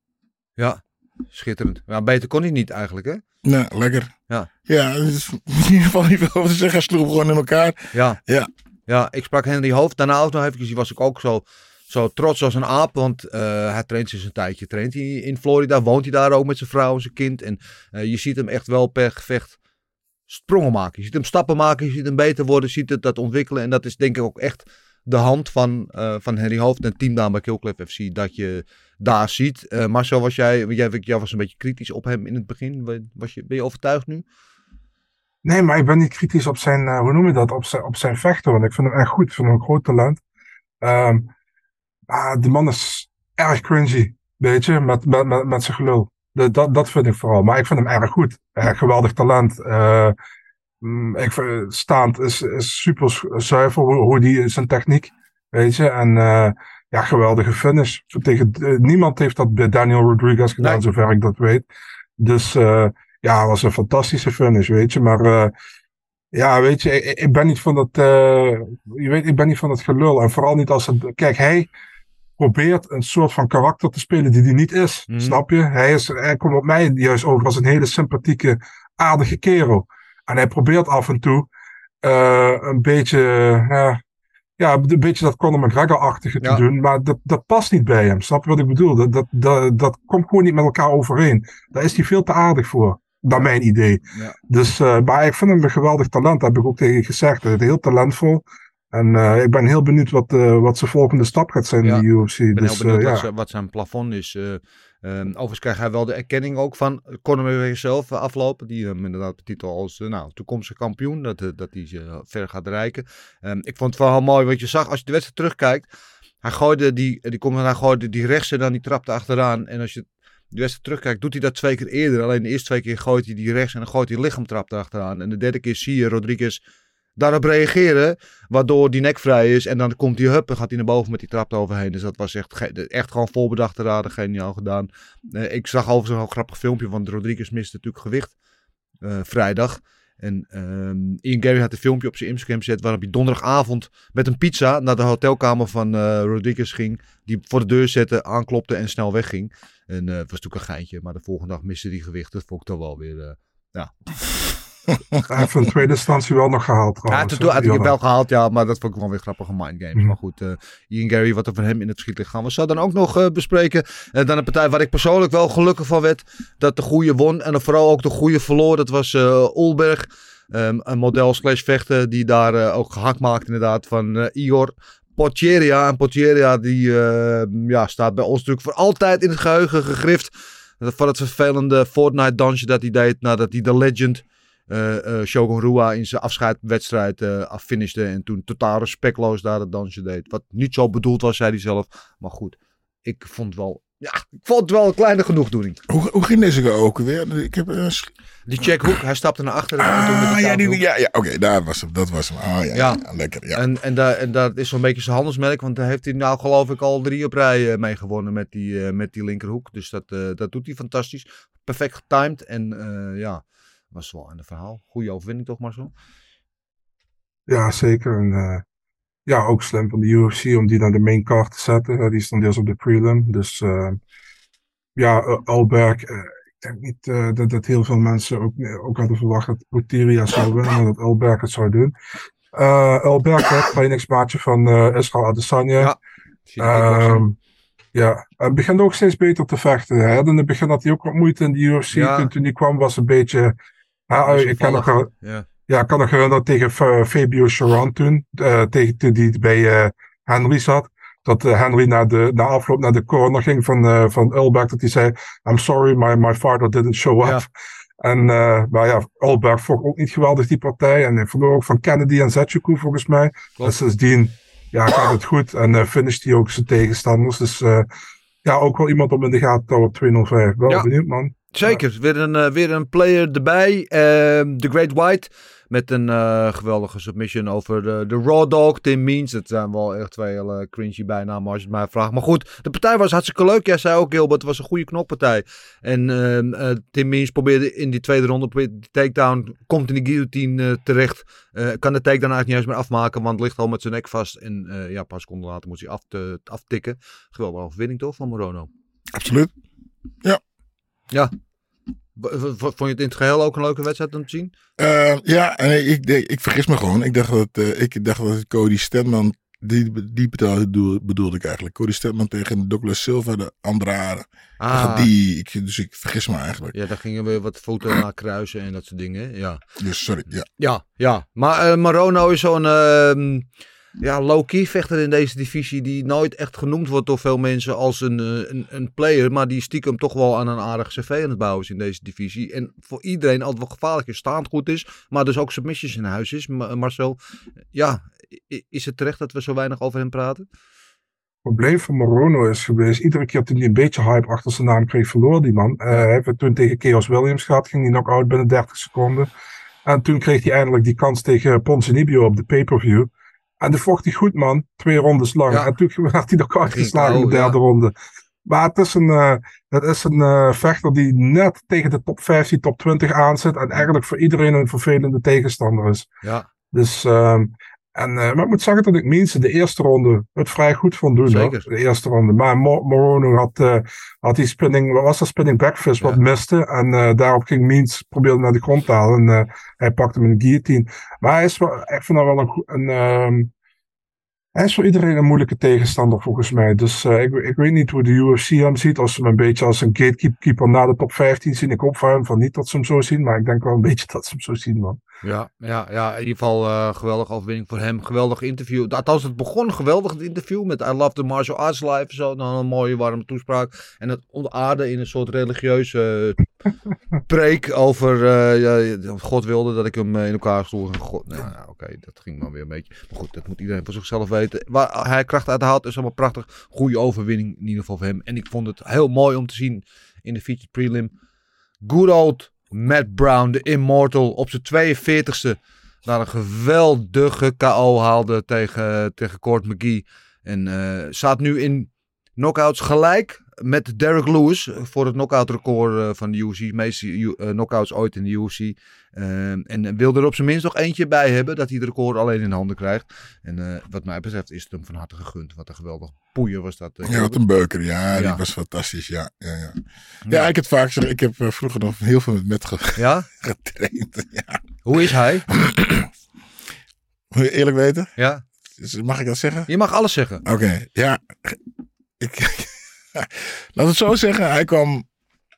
Ja, schitterend. Maar beter kon hij niet eigenlijk, hè? Nee, lekker. Ja, ja, er is in ieder geval niet veel over te zeggen. Hij sloeg gewoon in elkaar. Ja, ja. ja ik sprak Henry Hoofd daarna ook nog even. Die was ik ook zo, zo trots als een aap. Want uh, hij traint sinds een tijdje. Traint hij in Florida. Woont hij daar ook met zijn vrouw en zijn kind. En uh, je ziet hem echt wel per gevecht sprongen maken. Je ziet hem stappen maken. Je ziet hem beter worden. Je ziet het dat ontwikkelen. En dat is denk ik ook echt de hand van, uh, van Henry Hoofd en het team daar bij Killcliff F C. Dat je daar ziet. Uh, Marcel, was jij, jij, jij was een beetje kritisch op hem in het begin. Was je, ben je overtuigd nu? Nee, maar ik ben niet kritisch op zijn, uh, hoe noem je dat, op zijn, op zijn vechten. Want ik vind hem echt goed. Ik vind hem een groot talent. Um, uh, de man is erg cringy, weet je, met, met, met, met zijn gelul. De, dat, dat vind ik vooral. Maar ik vind hem erg goed. Uh, geweldig talent. Uh, ik vind, staand is, is super zuiver hoe, hoe die zijn techniek, weet je. En uh, ja, geweldige finish. Tegen, uh, niemand heeft dat bij Daniel Rodriguez gedaan, nee. Zover ik dat weet. Dus uh, ja, het was een fantastische finish, weet je. Maar uh, ja, weet je, ik, ik ben niet van dat, uh, je weet, ik ben niet van dat gelul. En vooral niet als het, kijk, hij probeert een soort van karakter te spelen die hij niet is. Mm. Snap je? Hij, is, hij komt op mij juist over als een hele sympathieke, aardige kerel. En hij probeert af en toe uh, een beetje, uh, ja, een beetje dat Conor McGregor-achtige te ja. doen. Maar dat, dat past niet bij hem. Snap je wat ik bedoel? Dat, dat, dat, dat komt gewoon niet met elkaar overeen. Daar is hij veel te aardig voor. Naar mijn idee. Ja. Dus, uh, maar ik vind hem een geweldig talent. Dat heb ik ook tegen je gezegd. Hij is heel talentvol. En uh, ik ben heel benieuwd wat, uh, wat zijn volgende stap gaat zijn ja. in de U F C. Ik ben dus, heel benieuwd uh, wat, ja. zijn, wat zijn plafond is. Uh, um, overigens krijgt hij wel de erkenning ook van Conor McGregor zelf uh, aflopen. Die hem um, inderdaad de titel als uh, nou, toekomstige kampioen. Dat, uh, dat hij uh, ver gaat bereiken. Um, ik vond het wel heel mooi wat je zag. Als je de wedstrijd terugkijkt. Hij gooide die, die, komt, hij gooide die rechts en dan die trapte achteraan. En als je de wedstrijd terugkijkt, doet hij dat twee keer eerder. Alleen de eerste twee keer gooit hij die rechts en dan gooit hij lichaamtrap erachteraan. En de derde keer zie je Rodriguez daarop reageren, waardoor die nek vrij is. En dan komt hij, hup, en gaat hij naar boven met die trap eroverheen. Dus dat was echt, ge- echt gewoon voorbedachte raden, geniaal gedaan. Uh, ik zag overigens een grappig filmpje, want Rodriguez miste natuurlijk gewicht uh, vrijdag. En um, Ian Gary had een filmpje op zijn Instagram gezet waarop hij donderdagavond met een pizza naar de hotelkamer van uh, Rodriguez ging. Die voor de deur zette, aanklopte en snel wegging. En uh, het was natuurlijk een geintje, maar de volgende dag miste hij gewicht. Dat vond ik toch wel weer, uh, ja... Hij heeft in tweede instantie wel nog gehaald trouwens. Ja, toen had hij het wel gehaald, ja, maar dat vond ik wel weer grappige mindgames. Mm. Maar goed, uh, Ian Gary, wat er van hem in het schiet ligt, gaan we zo dan ook nog uh, bespreken. En uh, dan een partij waar ik persoonlijk wel gelukkig van werd, dat de goede won. En dan vooral ook de goede verloor, dat was uh, Ulberg. Um, een model slash vechter die daar uh, ook gehakt maakt inderdaad van uh, Igor Potieria. En Potieria die uh, ja, staat bij ons natuurlijk voor altijd in het geheugen gegrift. Van het vervelende Fortnite dansje dat hij deed nadat hij de legend... Uh, uh, Shogun Rua in zijn afscheidwedstrijd uh, affinishte en toen totaal respectloos daar het dansje deed. Wat niet zo bedoeld was, zei hij zelf. Maar goed, ik vond wel, ja, ik vond het wel een kleine genoegdoening. Hoe, hoe ging deze ook weer? Ik heb uh, die checkhoek, hij stapte naar achteren. Ah, ja, die, ja, ja oké, okay, daar was hem, dat was hem. Ah, ja, ja. ja lekker. Ja. En, en, daar, en dat is zo'n beetje zijn handelsmerk, want daar heeft hij nou geloof ik al drie op rij uh, mee gewonnen met die, uh, met die linkerhoek. Dus dat, uh, dat doet hij fantastisch. Perfect getimed en uh, ja... was wel aan het verhaal. Goede overwinning toch maar zo. Ja, zeker. En, uh, ja, ook slim van de U F C om die naar de main card te zetten. Uh, die stond deels op de prelim. Dus uh, ja, uh, Ulberg. Uh, ik denk niet uh, dat, dat heel veel mensen ook, uh, ook hadden verwacht dat Potieria zou winnen. Maar dat Ulberg het zou doen. Uh, Ulberg, het trainingsmaatje van uh, Israel Adesanya. Ja, um, Ja, hij begint ook steeds beter te vechten. Hè? In het begin had hij ook wat moeite in de U F C. Ja. Toen, toen hij kwam was een beetje... Ja, ik kan nog, ja. Ja, kan nog herinneren tegen uh, Fabio Sharon toen. Uh, tegen, toen die bij uh, Henry zat. Dat uh, Henry na, de, na afloop naar de corner ging van, uh, van Ulberg. Dat hij zei, I'm sorry, my, my father didn't show up. Ja. En, uh, maar ja, Ulberg vocht ook niet geweldig die partij. En hij verloor ook van Kennedy en Zetchukwu volgens mij. Klopt. En sindsdien... Ja, gaat het goed. En uh, finisht hij ook zijn tegenstanders. Dus uh, ja, ook wel iemand om in de gaten te houden op tweehonderdvijf. Wel ja. Benieuwd, man. Zeker. Ja. Weer, een, uh, weer een player erbij. Uh, The Great White. Met een uh, geweldige submission over de, de Raw Dog. Tim Means. Dat zijn wel echt twee hele cringy bijnamen als je het mij vraagt. Maar goed, de partij was hartstikke leuk. Jij zei ook, Gilbert, het was een goede knokpartij. En uh, uh, Tim Means probeerde in die tweede ronde de takedown. Komt in de guillotine uh, terecht. Uh, kan de takedown eigenlijk niet eens meer afmaken. Want ligt al met zijn nek vast. En uh, ja, een paar seconden later moet hij af te, aftikken. Geweldige overwinning toch van Morono? Absoluut. Ja. Ja. Vond je het in het geheel ook een leuke wedstrijd om te zien? Uh, ja, en ik, ik, ik vergis me gewoon. Ik dacht dat, uh, ik dacht dat Cody Stedman, die, die bedoelde, bedoelde ik eigenlijk. Cody Stedman tegen Douglas Silva, de Andrade. Ah. Die, ik, dus ik vergis me eigenlijk. Ja, daar gingen we wat voeten naar kruisen en dat soort dingen. Ja, dus sorry. Ja, ja. ja. Maar uh, Morono is zo'n... Uh, Ja, low-key vechter in deze divisie die nooit echt genoemd wordt door veel mensen als een, een, een player. Maar die stiekem toch wel aan een aardig cv aan het bouwen is in deze divisie. En voor iedereen altijd wel gevaarlijk is, staand goed is. Maar dus ook submissions in huis is. Marcel, ja, is het terecht dat we zo weinig over hem praten? Het probleem van Morono is geweest, iedere keer toen hij een beetje hype achter zijn naam kreeg, verloor die man. Uh, hij heeft toen tegen Chaos Williams gehad, ging hij knock-out binnen dertig seconden. En toen kreeg hij eindelijk die kans tegen Ponzinibbio op de pay-per-view. En toen vocht hij goed, man. Twee rondes lang. Ja. En toen werd hij nog uitgeslagen in de derde ja. ronde. Maar het is een, uh, het is een uh, vechter die net tegen de top vijftien, top twintig aanzet. En eigenlijk voor iedereen een vervelende tegenstander is. Ja. Dus, um, en, uh, maar ik moet zeggen dat ik Means de eerste ronde het vrij goed vond doen. Zeker. Hoor. De eerste ronde. Maar Mo- Morono had, uh, had die spinning, wat was dat, spinning backfist ja. wat miste. En uh, daarop ging Means, probeerde naar de grond te halen. En uh, hij pakte hem in de guillotine. Maar hij is wel, ik vind dat wel een, een um, hij is voor iedereen een moeilijke tegenstander volgens mij. Dus uh, ik, ik weet niet hoe de U F C hem ziet. Als ze hem een beetje als een gatekeeper na de top vijftien zien. Ik hoop voor hem van niet dat ze hem zo zien. Maar ik denk wel een beetje dat ze hem zo zien, man. Ja, ja, ja, in ieder geval uh, geweldige overwinning voor hem. Geweldig interview. Althans, het begon geweldig het interview met I Love the Martial Arts Live. Zo, dan een mooie warme toespraak. En het ontaarde in een soort religieuze uh, preek over... Uh, ja, God wilde dat ik hem in elkaar sloeg. God, nou, nou, oké, okay, dat ging maar weer een beetje. Maar goed, dat moet iedereen voor zichzelf weten. Waar hij kracht uit haalt is allemaal prachtig. Goede overwinning in ieder geval voor hem. En ik vond het heel mooi om te zien in de featured prelim. Good old Matt Brown, de Immortal, op zijn tweeënveertigste daar een geweldige K O haalde tegen, tegen Court McGee. En uh, staat nu in knockouts gelijk met Derek Lewis voor het knockout record uh, van de U F C. De meeste uh, knockouts ooit in de U F C. Uh, en wil er op zijn minst nog eentje bij hebben dat hij het record alleen in handen krijgt. En uh, wat mij betreft is het hem van harte gegund. Wat een geweldig poeier was dat. Uh, ja, wat een beuker. Ja, ja, die was fantastisch. Ja, ja, ja. ja, ja. ik het vaak zeg. Ik heb uh, vroeger nog heel veel met ge- ja? getraind. Ja. Hoe is hij? Wil je eerlijk weten? Ja. Mag ik dat zeggen? Je mag alles zeggen. Oké, okay, ja. Ik, laat het zo zeggen. Hij kwam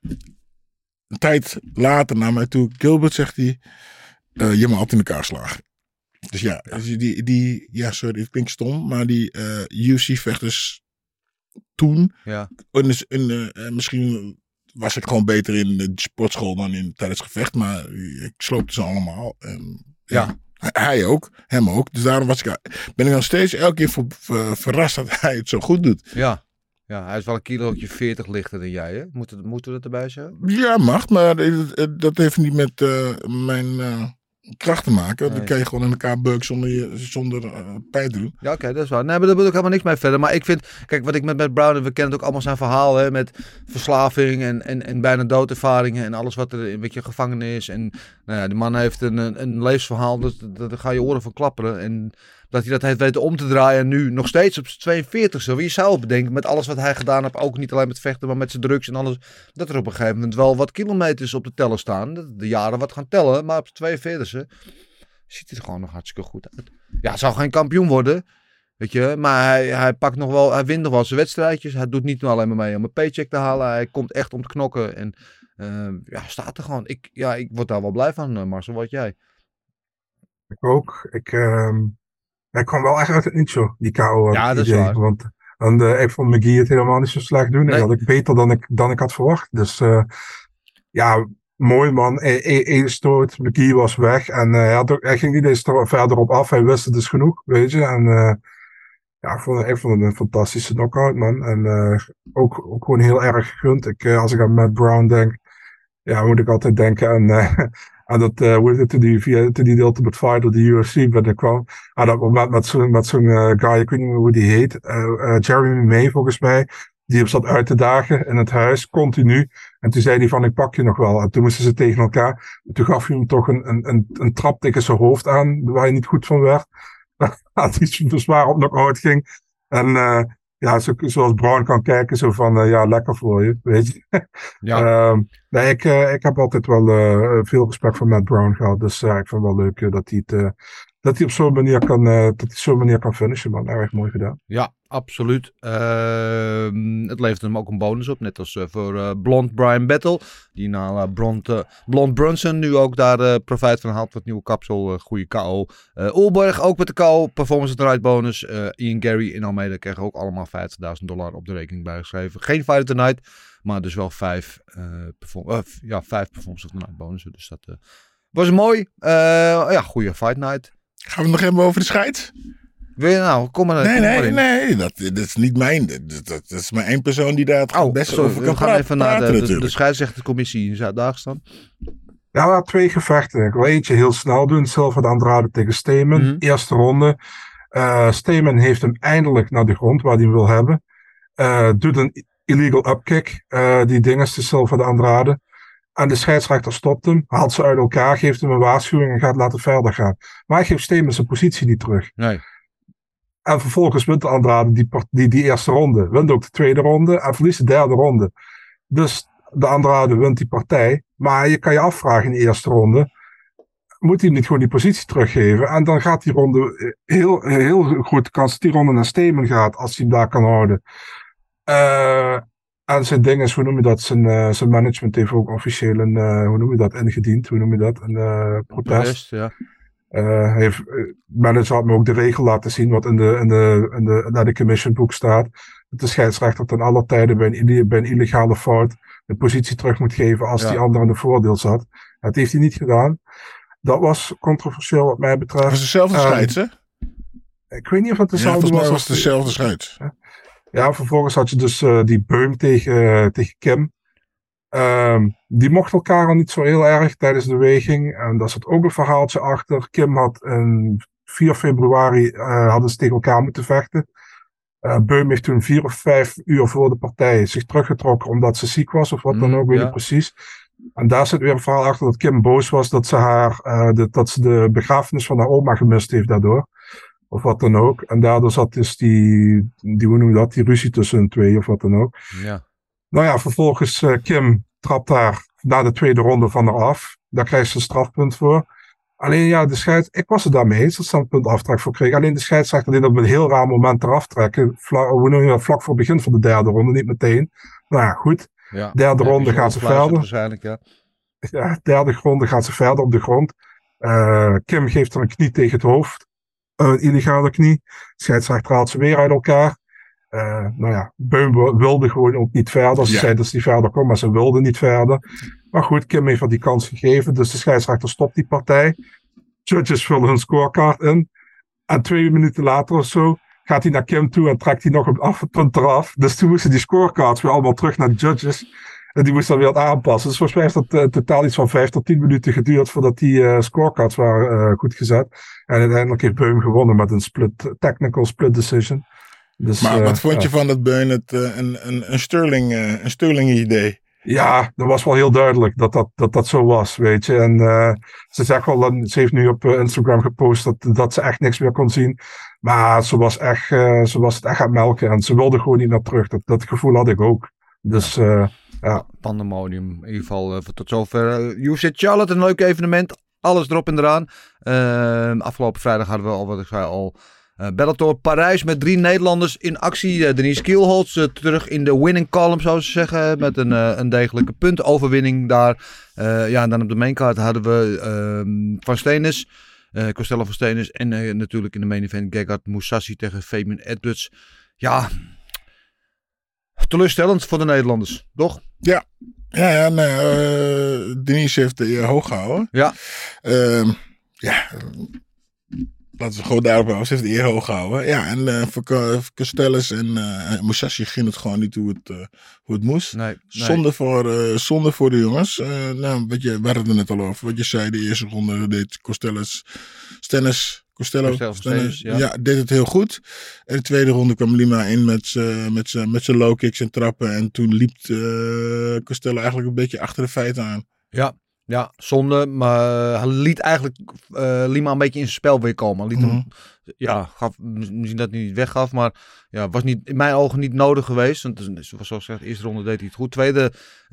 een tijd later naar mij toe. Gilbert, zegt hij, uh, je hebt me altijd in elkaar slagen. Dus ja, ja. Die, die, ja, sorry, het klinkt stom, maar die uh, U F C-vechters toen, ja. in, in, uh, misschien was ik gewoon beter in de sportschool dan in, tijdens het gevecht, maar ik sloopte ze allemaal. En, ja. ja. Hij ook, hem ook. Dus daarom was ik, ben ik nog steeds elke keer ver, ver, verrast dat hij het zo goed doet. Ja, ja, hij is wel een kilootje veertig lichter dan jij, hè? Moeten, moeten we dat erbij zeggen? Ja, mag, maar dat heeft niet met uh, mijn uh, kracht te maken. Nee. Dan kan je gewoon in elkaar beuken zonder, je, zonder uh, pijn te doen. Ja, oké, okay, dat is waar. Nee, maar daar wil ik helemaal niks mee verder. Maar ik vind, kijk, wat ik met Matt Brown, en we kennen het ook allemaal zijn verhaal, hè, met verslaving en, en, en bijna doodervaringen en alles wat er een beetje gevangen is. En nou ja, die man heeft een, een, een levensverhaal, dus daar ga je oren van klapperen. En dat hij dat heeft weten om te draaien en nu nog steeds op zijn tweeënveertigste. Wie zou het bedenken met alles wat hij gedaan heeft, ook niet alleen met vechten, maar met zijn drugs en alles, dat er op een gegeven moment wel wat kilometers op de teller staan. De, de jaren wat gaan tellen, maar op zijn tweeënveertigste ziet hij er gewoon nog hartstikke goed uit. Ja, hij zou geen kampioen worden, weet je, maar hij, hij pakt nog wel, hij wint nog wel zijn wedstrijdjes. Hij doet niet alleen maar mee om een paycheck te halen. Hij komt echt om te knokken en uh, ja, staat er gewoon. Ik, ja, ik word daar wel blij van, Marcel. Wat jij? Ik ook. Ik, uh, hij kwam wel echt uit het niets, joh, die K O. Ja, dat is waar. Want en, uh, ik vond McGee het helemaal niet zo slecht doen. Nee. En dat had ik beter dan ik, dan ik had verwacht. Dus uh, ja, mooi man. Eén stoot, McGee was weg. En uh, hij, had ook, hij ging niet eens verder op af. Hij wist het dus genoeg, weet je. En uh, ja, ik vond, ik vond het een fantastische knockout, man. En uh, ook, ook gewoon heel erg gegund. Ik, uh, als ik aan Matt Brown denk, ja, moet ik altijd denken aan... Uh, En dat, uh, hoe heet het, toen die, via, toen die de Ultimate Fighter, de U F C binnenkwam. En dat moment met zo'n, met zo'n uh, guy, ik weet niet meer hoe die heet. Uh, uh, Jeremy May, volgens mij. Die hem zat uit te dagen in het huis, continu. En toen zei hij van, ik pak je nog wel. En toen moesten ze tegen elkaar. En toen gaf hij hem toch een, een, een, een trap tegen zijn hoofd aan, waar hij niet goed van werd. Dat hij zwaar op knock-out ging. En uh, ja, zo, zoals Brown kan kijken, zo van, uh, ja, lekker voor je, weet je. Ja. uh, nee, ik, uh, ik heb altijd wel uh, veel respect voor Matt Brown gehad. Dus uh, ik vind het wel leuk uh, dat hij het, uh, dat hij op zo'n manier kan, uh, dat hij zo'n manier kan finishen, man. Erg mooi gedaan. Ja, absoluut. Uh, het levert hem ook een bonus op, net als uh, voor uh, Blond Brian Battle. Die na uh, Blond, uh, Blond Brunson nu ook daar uh, profijt van haalt. Wat nieuwe kapsel, uh, goede K O. Uh, Ulberg ook met de K O, performance drive bonus. Uh, Ian Gary in Almeida kregen ook allemaal vijftigduizend dollar op de rekening bijgeschreven. Geen Fight of the Night, maar dus wel vijf, uh, perform- uh, ja, vijf performance of the night bonussen. Dus dat uh, was mooi. Uh, ja, goede Fight Night. Gaan we het nog hebben over de scheids? Wil je nou, kom maar, nee, kom nee, maar in. Nee, dat, dat is niet mijn. Dat, dat is maar één persoon die daar het oh, beste sorry, over kan we gaan praten, even naar de, de, de scheidsrechtercommissie in Zuid-Dagestan. Ja, we hadden twee gevechten. Ik wil eentje heel snel doen. Silva de Andrade tegen Stamen. Mm-hmm. Eerste ronde. Uh, Stamen heeft hem eindelijk naar de grond waar hij hem wil hebben. Uh, doet een illegal upkick. Uh, die ding is de Silva de Andrade. En de scheidsrechter stopt hem, haalt ze uit elkaar, geeft hem een waarschuwing en gaat laten verder gaan. Maar hij geeft Stamen zijn positie niet terug. Nee. En vervolgens wint de Andrade die, die, die eerste ronde. Wint ook de tweede ronde en verliest de derde ronde. Dus de Andrade wint die partij. Maar je kan je afvragen in de eerste ronde. Moet hij hem niet gewoon die positie teruggeven? En dan gaat die ronde heel, heel goed. Kans dat die ronde naar Stamen gaat. Als hij hem daar kan houden. Uh, en zijn ding is, hoe noem je dat? Zijn, uh, zijn management heeft ook officieel een, uh, hoe noem je dat? Ingediend. Hoe noem je dat? Een uh, protest. protest ja. Uh, heeft, uh, manager had me ook de regel laten zien wat in de, in de, in de, naar de commission boek staat. Dat de scheidsrechter ten alle tijde bij een, bij een illegale fout de positie terug moet geven als ja. die ander in de voordeel zat. Dat heeft hij niet gedaan. Dat was controversieel wat mij betreft. Het was dezelfde scheids, hè? Ik weet niet of het dezelfde ja, was. Ja, was dezelfde scheids. Ja. Ja, vervolgens had je dus uh, die Beum tegen, uh, tegen Kim. Um, die mochten elkaar al niet zo heel erg tijdens de weging. En daar zat ook een verhaaltje achter. Kim had in vier februari uh, hadden ze tegen elkaar moeten vechten. Uh, Beum heeft toen vier of vijf uur voor de partij zich teruggetrokken omdat ze ziek was of wat mm, dan ook, weet je ja. precies. En daar zit weer een verhaal achter dat Kim boos was dat ze haar, uh, de, dat ze de begrafenis van haar oma gemist heeft daardoor. Of wat dan ook. En daardoor zat dus die, die hoe noem je dat, die ruzie tussen hun twee of wat dan ook. Ja. Nou ja, vervolgens uh, Kim trapt haar na de tweede ronde van haar af. Daar krijgt ze een strafpunt voor. Alleen ja, de scheids, ik was het daarmee eens dat ze een punt aftrek voor kreeg. Alleen de scheidsrechter deed op een heel raar moment eraf trekken. Vlak, hoe noem je dat, vlak voor het begin van de derde ronde, niet meteen. Nou ja, goed. Ja, derde ja, ronde gaat ze verder. Waarschijnlijk, ja. Ja, derde ronde gaat ze verder op de grond. Uh, Kim geeft er een knie tegen het hoofd. Uh, een illegale knie. De scheidsrechter haalt ze weer uit elkaar. Uh, nou ja, Beum wilde gewoon ook niet verder. Ze ja. zei dat ze niet verder kon, maar ze wilde niet verder. Maar goed, Kim heeft haar die kans gegeven. Dus de scheidsrechter stopt die partij. Judges vullen hun scorecard in. En twee minuten later of zo gaat hij naar Kim toe en trekt hij nog een afpunt eraf. Dus toen moesten die scorecards weer allemaal terug naar de judges. En die moesten dan weer aanpassen. Dus volgens mij heeft dat uh, totaal iets van vijf tot tien minuten geduurd voordat die uh, scorecards waren uh, goed gezet. En uiteindelijk heeft Beum gewonnen met een split, technical split decision. Dus, maar uh, wat vond je uh, van dat Beum het uh, een, een, een Sterling, uh, een Sterling idee? Ja, dat was wel heel duidelijk dat dat, dat, dat zo was, weet je. En uh, ze zegt wel, dat, ze heeft nu op uh, Instagram gepost dat, dat ze echt niks meer kon zien. Maar ze was, echt, uh, ze was het echt aan het melken en ze wilde gewoon niet naar terug. Dat, dat gevoel had ik ook. Dus uh, ja. Pandemonium, in ieder geval uh, tot zover. Uh, U F C Charlotte, een leuk evenement. Alles erop en eraan. Uh, afgelopen vrijdag hadden we al, wat ik zei al... Uh, Bellator Parijs met drie Nederlanders in actie. Uh, Denise Kielholtz uh, terug in de winning column, zou ze zeggen. Met een, uh, een degelijke puntoverwinning daar. Uh, ja, en dan op de maincard hadden we uh, Van Steenis. Uh, Costello van Steenis. En uh, natuurlijk in de main event Gegard Mousasi tegen Fabian Edwards. Ja, teleurstellend voor de Nederlanders, toch? Ja, ja, ja nee, uh, Denise heeft de eer hoog gehouden. Ja. Uh, ja... Laten we gewoon daarop houden. Ze heeft de eer hoog gehouden. Ja, en uh, voor Costello en uh, Mousasi ging het gewoon niet hoe het, uh, hoe het moest. Nee, nee. Zonde, voor, uh, zonde voor de jongens. Uh, nou, wat je, we hadden het er net al over. Wat je zei, de eerste ronde deed Costello, Stennis, Costello, Costello Stennis, ja. ja, deed het heel goed. En de tweede ronde kwam Lima in met zijn met met low kicks en trappen. En toen liep uh, Costello eigenlijk een beetje achter de feiten aan. Ja. Ja, zonde, maar hij liet eigenlijk uh, Lima een beetje in zijn spel weer komen. Liet mm-hmm. hem, ja, gaf, misschien dat hij niet weggaf, maar ja, was niet, in mijn ogen niet nodig geweest. Want zoals gezegd, de eerste ronde deed hij het goed. Tweede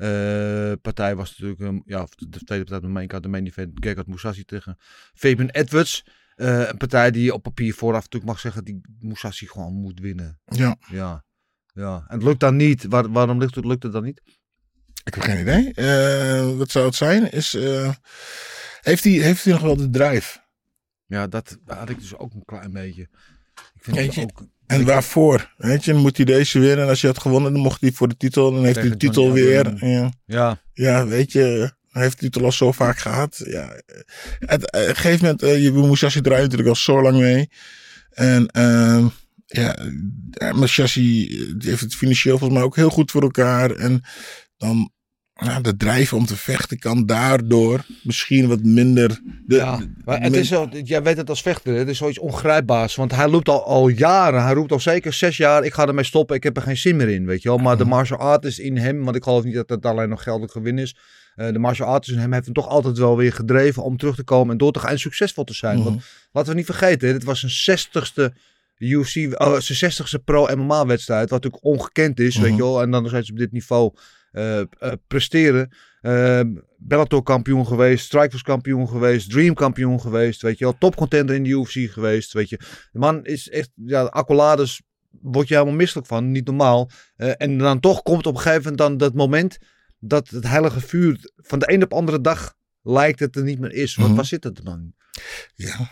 uh, partij was natuurlijk, um, ja, de tweede partij de main card, de main event, Gegard Mousasi tegen Fabian Edwards. Uh, een partij die op papier vooraf natuurlijk mag zeggen, die Mousasi gewoon moet winnen. Ja. Ja, ja. En het lukt dan niet. Waar, waarom lukt het, lukt het dan niet? Ik heb geen idee. Uh, wat zou het zijn? Is, uh, heeft, hij, heeft hij nog wel de drive? Ja, dat had ik dus ook een klein beetje. Ik vind weet je, het ook, en waarvoor? Weet je, dan moet hij deze weer. En als je had gewonnen, dan mocht hij voor de titel. Dan heeft hij de titel weer. Ja. Ja. ja, weet je. Hij heeft de titel al zo vaak gehad. Ja. Het, op een gegeven moment, uh, je Mousasi draait natuurlijk al zo lang mee. En... Uh, ja, Mousasi heeft het financieel volgens mij ook heel goed voor elkaar. En dan... Ja, de drijven om te vechten kan daardoor misschien wat minder... De, ja, maar het is zo, jij weet het als vechter, het is zoiets ongrijpbaars. Want hij loopt al, al jaren, hij roept al zeker zes jaar, ik ga ermee stoppen, ik heb er geen zin meer in, weet je wel. Maar de martial artist in hem, want ik geloof niet dat het alleen nog geldelijk gewin is. Uh, de martial artist in hem heeft hem toch altijd wel weer gedreven om terug te komen en door te gaan en succesvol te zijn. Mm-hmm. Want laten we niet vergeten, dit was zijn zestigste U F C, oh, zijn zestigste pro-M M A-wedstrijd, wat natuurlijk ongekend is, mm-hmm. weet je wel. En dan nog steeds op dit niveau... Uh, uh, presteren. Uh, Bellator kampioen geweest, Strikeforce kampioen geweest, Dream kampioen geweest, weet je wel, topcontender in de U F C geweest, weet je. De man is echt, ja, de accolades word je helemaal misselijk van, niet normaal. Uh, en dan toch komt op een gegeven moment dan dat moment dat het heilige vuur van de een op de andere dag lijkt het er niet meer is. Wat, mm-hmm. Waar zit het er dan? Ja.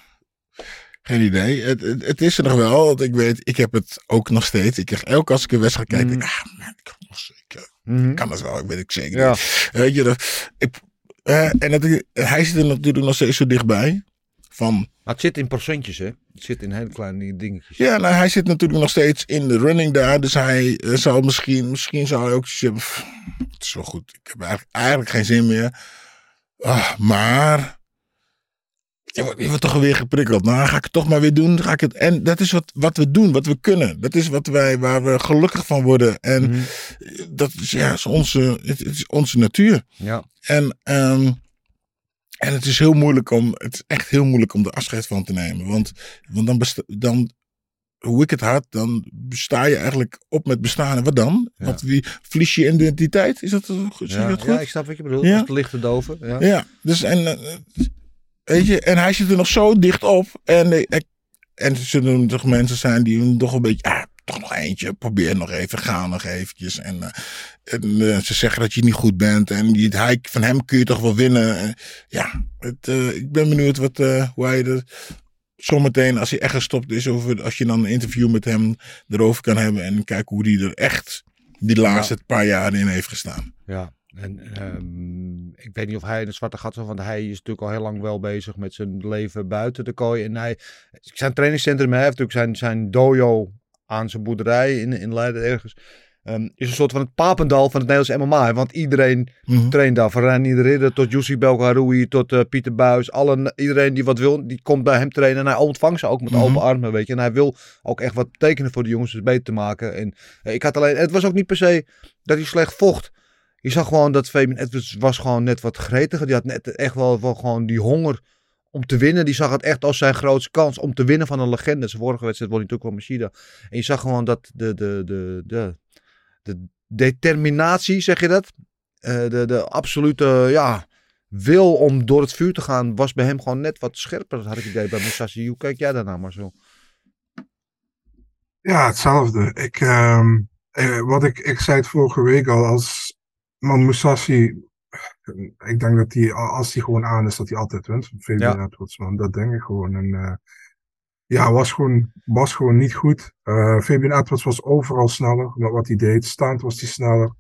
Geen idee. Het, het, het is er nog wel. Want ik weet, ik heb het ook nog steeds. Ik krijg elke als ik een wedstrijd kijk, mm. denk ik, ah man, ik kan nog zeker. Mm. Kan dat wel, ik weet het zeker. Ja. Weet je, ik, uh, en dat, hij zit er natuurlijk nog steeds zo dichtbij. van... Maar het zit in procentjes, hè? Het zit in hele kleine dingetjes. Ja, nou, hij zit natuurlijk nog steeds in de running daar. Dus hij uh, zal misschien... Misschien zou hij ook zeggen... Het is wel goed. Ik heb eigenlijk, eigenlijk geen zin meer. Ah, maar... Je wordt, je wordt toch weer geprikkeld. Nou, ga ik het toch maar weer doen. Ga ik het, en dat is wat, wat we doen, wat we kunnen. Dat is wat wij, waar we gelukkig van worden. En mm-hmm. dat is, ja, is onze, het, het is onze natuur. Ja. En, um, en het is heel moeilijk om, het is echt heel moeilijk om er afscheid van te nemen. Want, want dan, besta, dan, hoe ik het had, dan sta je eigenlijk op met bestaan. En wat dan? Ja. Want wie verlies je identiteit? Is dat, zie ja. je dat goed? Ja, ik snap wat je bedoelt. Ja. Als de lichten doven. Ja, ja dus en... Uh, Weet je, en hij zit er nog zo dicht op. En, en, en er zullen toch mensen zijn die hem toch een beetje... Ah, toch nog eentje, probeer nog even, ga nog eventjes. En, uh, en uh, ze zeggen dat je niet goed bent. En die, hij, van hem kun je toch wel winnen. En, ja, het, uh, ik ben benieuwd wat, uh, hoe hij er zometeen, als hij echt gestopt is... Over, als je dan een interview met hem erover kan hebben... en kijken hoe hij er echt die laatste ja. paar jaar in heeft gestaan. Ja. En um, ik weet niet of hij in het zwarte gat is, want hij is natuurlijk al heel lang wel bezig met zijn leven buiten de kooi. En hij, zijn trainingscentrum, hij heeft natuurlijk zijn, zijn dojo aan zijn boerderij in, in Leiden ergens. Um, is een soort van het papendal van het Nederlands M M A. Want iedereen mm-hmm. traint daar. Van Reinier de Ridder tot Jussi Belgaroui tot uh, Pieter Buijs. Alle, iedereen die wat wil, die komt bij hem trainen. En hij ontvangt ze ook met mm-hmm. open armen, weet je. En hij wil ook echt wat betekenen voor de jongens, dus beter te maken. En uh, ik had alleen, het was ook niet per se dat hij slecht vocht. Je zag gewoon dat Fabian Edwards was gewoon net wat gretiger. Die had net echt wel, wel gewoon die honger om te winnen. Die zag het echt als zijn grootste kans om te winnen van een legende. Zijn vorige wedstrijd won hij natuurlijk wel Machida. En je zag gewoon dat de, de, de, de, de determinatie, zeg je dat? Uh, de, de absolute ja, wil om door het vuur te gaan was bij hem gewoon net wat scherper. Dat had ik idee bij Mousasi. Hoe kijk jij daarna maar zo? Ja, hetzelfde. Ik, uh, uh, wat ik, ik zei het vorige week al als... Man, Mousasi, ik denk dat hij, als hij gewoon aan is, dat hij altijd wint. Fabian ja. Edwards, man, dat denk ik gewoon. En, uh, ja, was gewoon, was gewoon niet goed. Uh, Fabian Edwards was overal sneller met wat hij deed. Staand was hij sneller.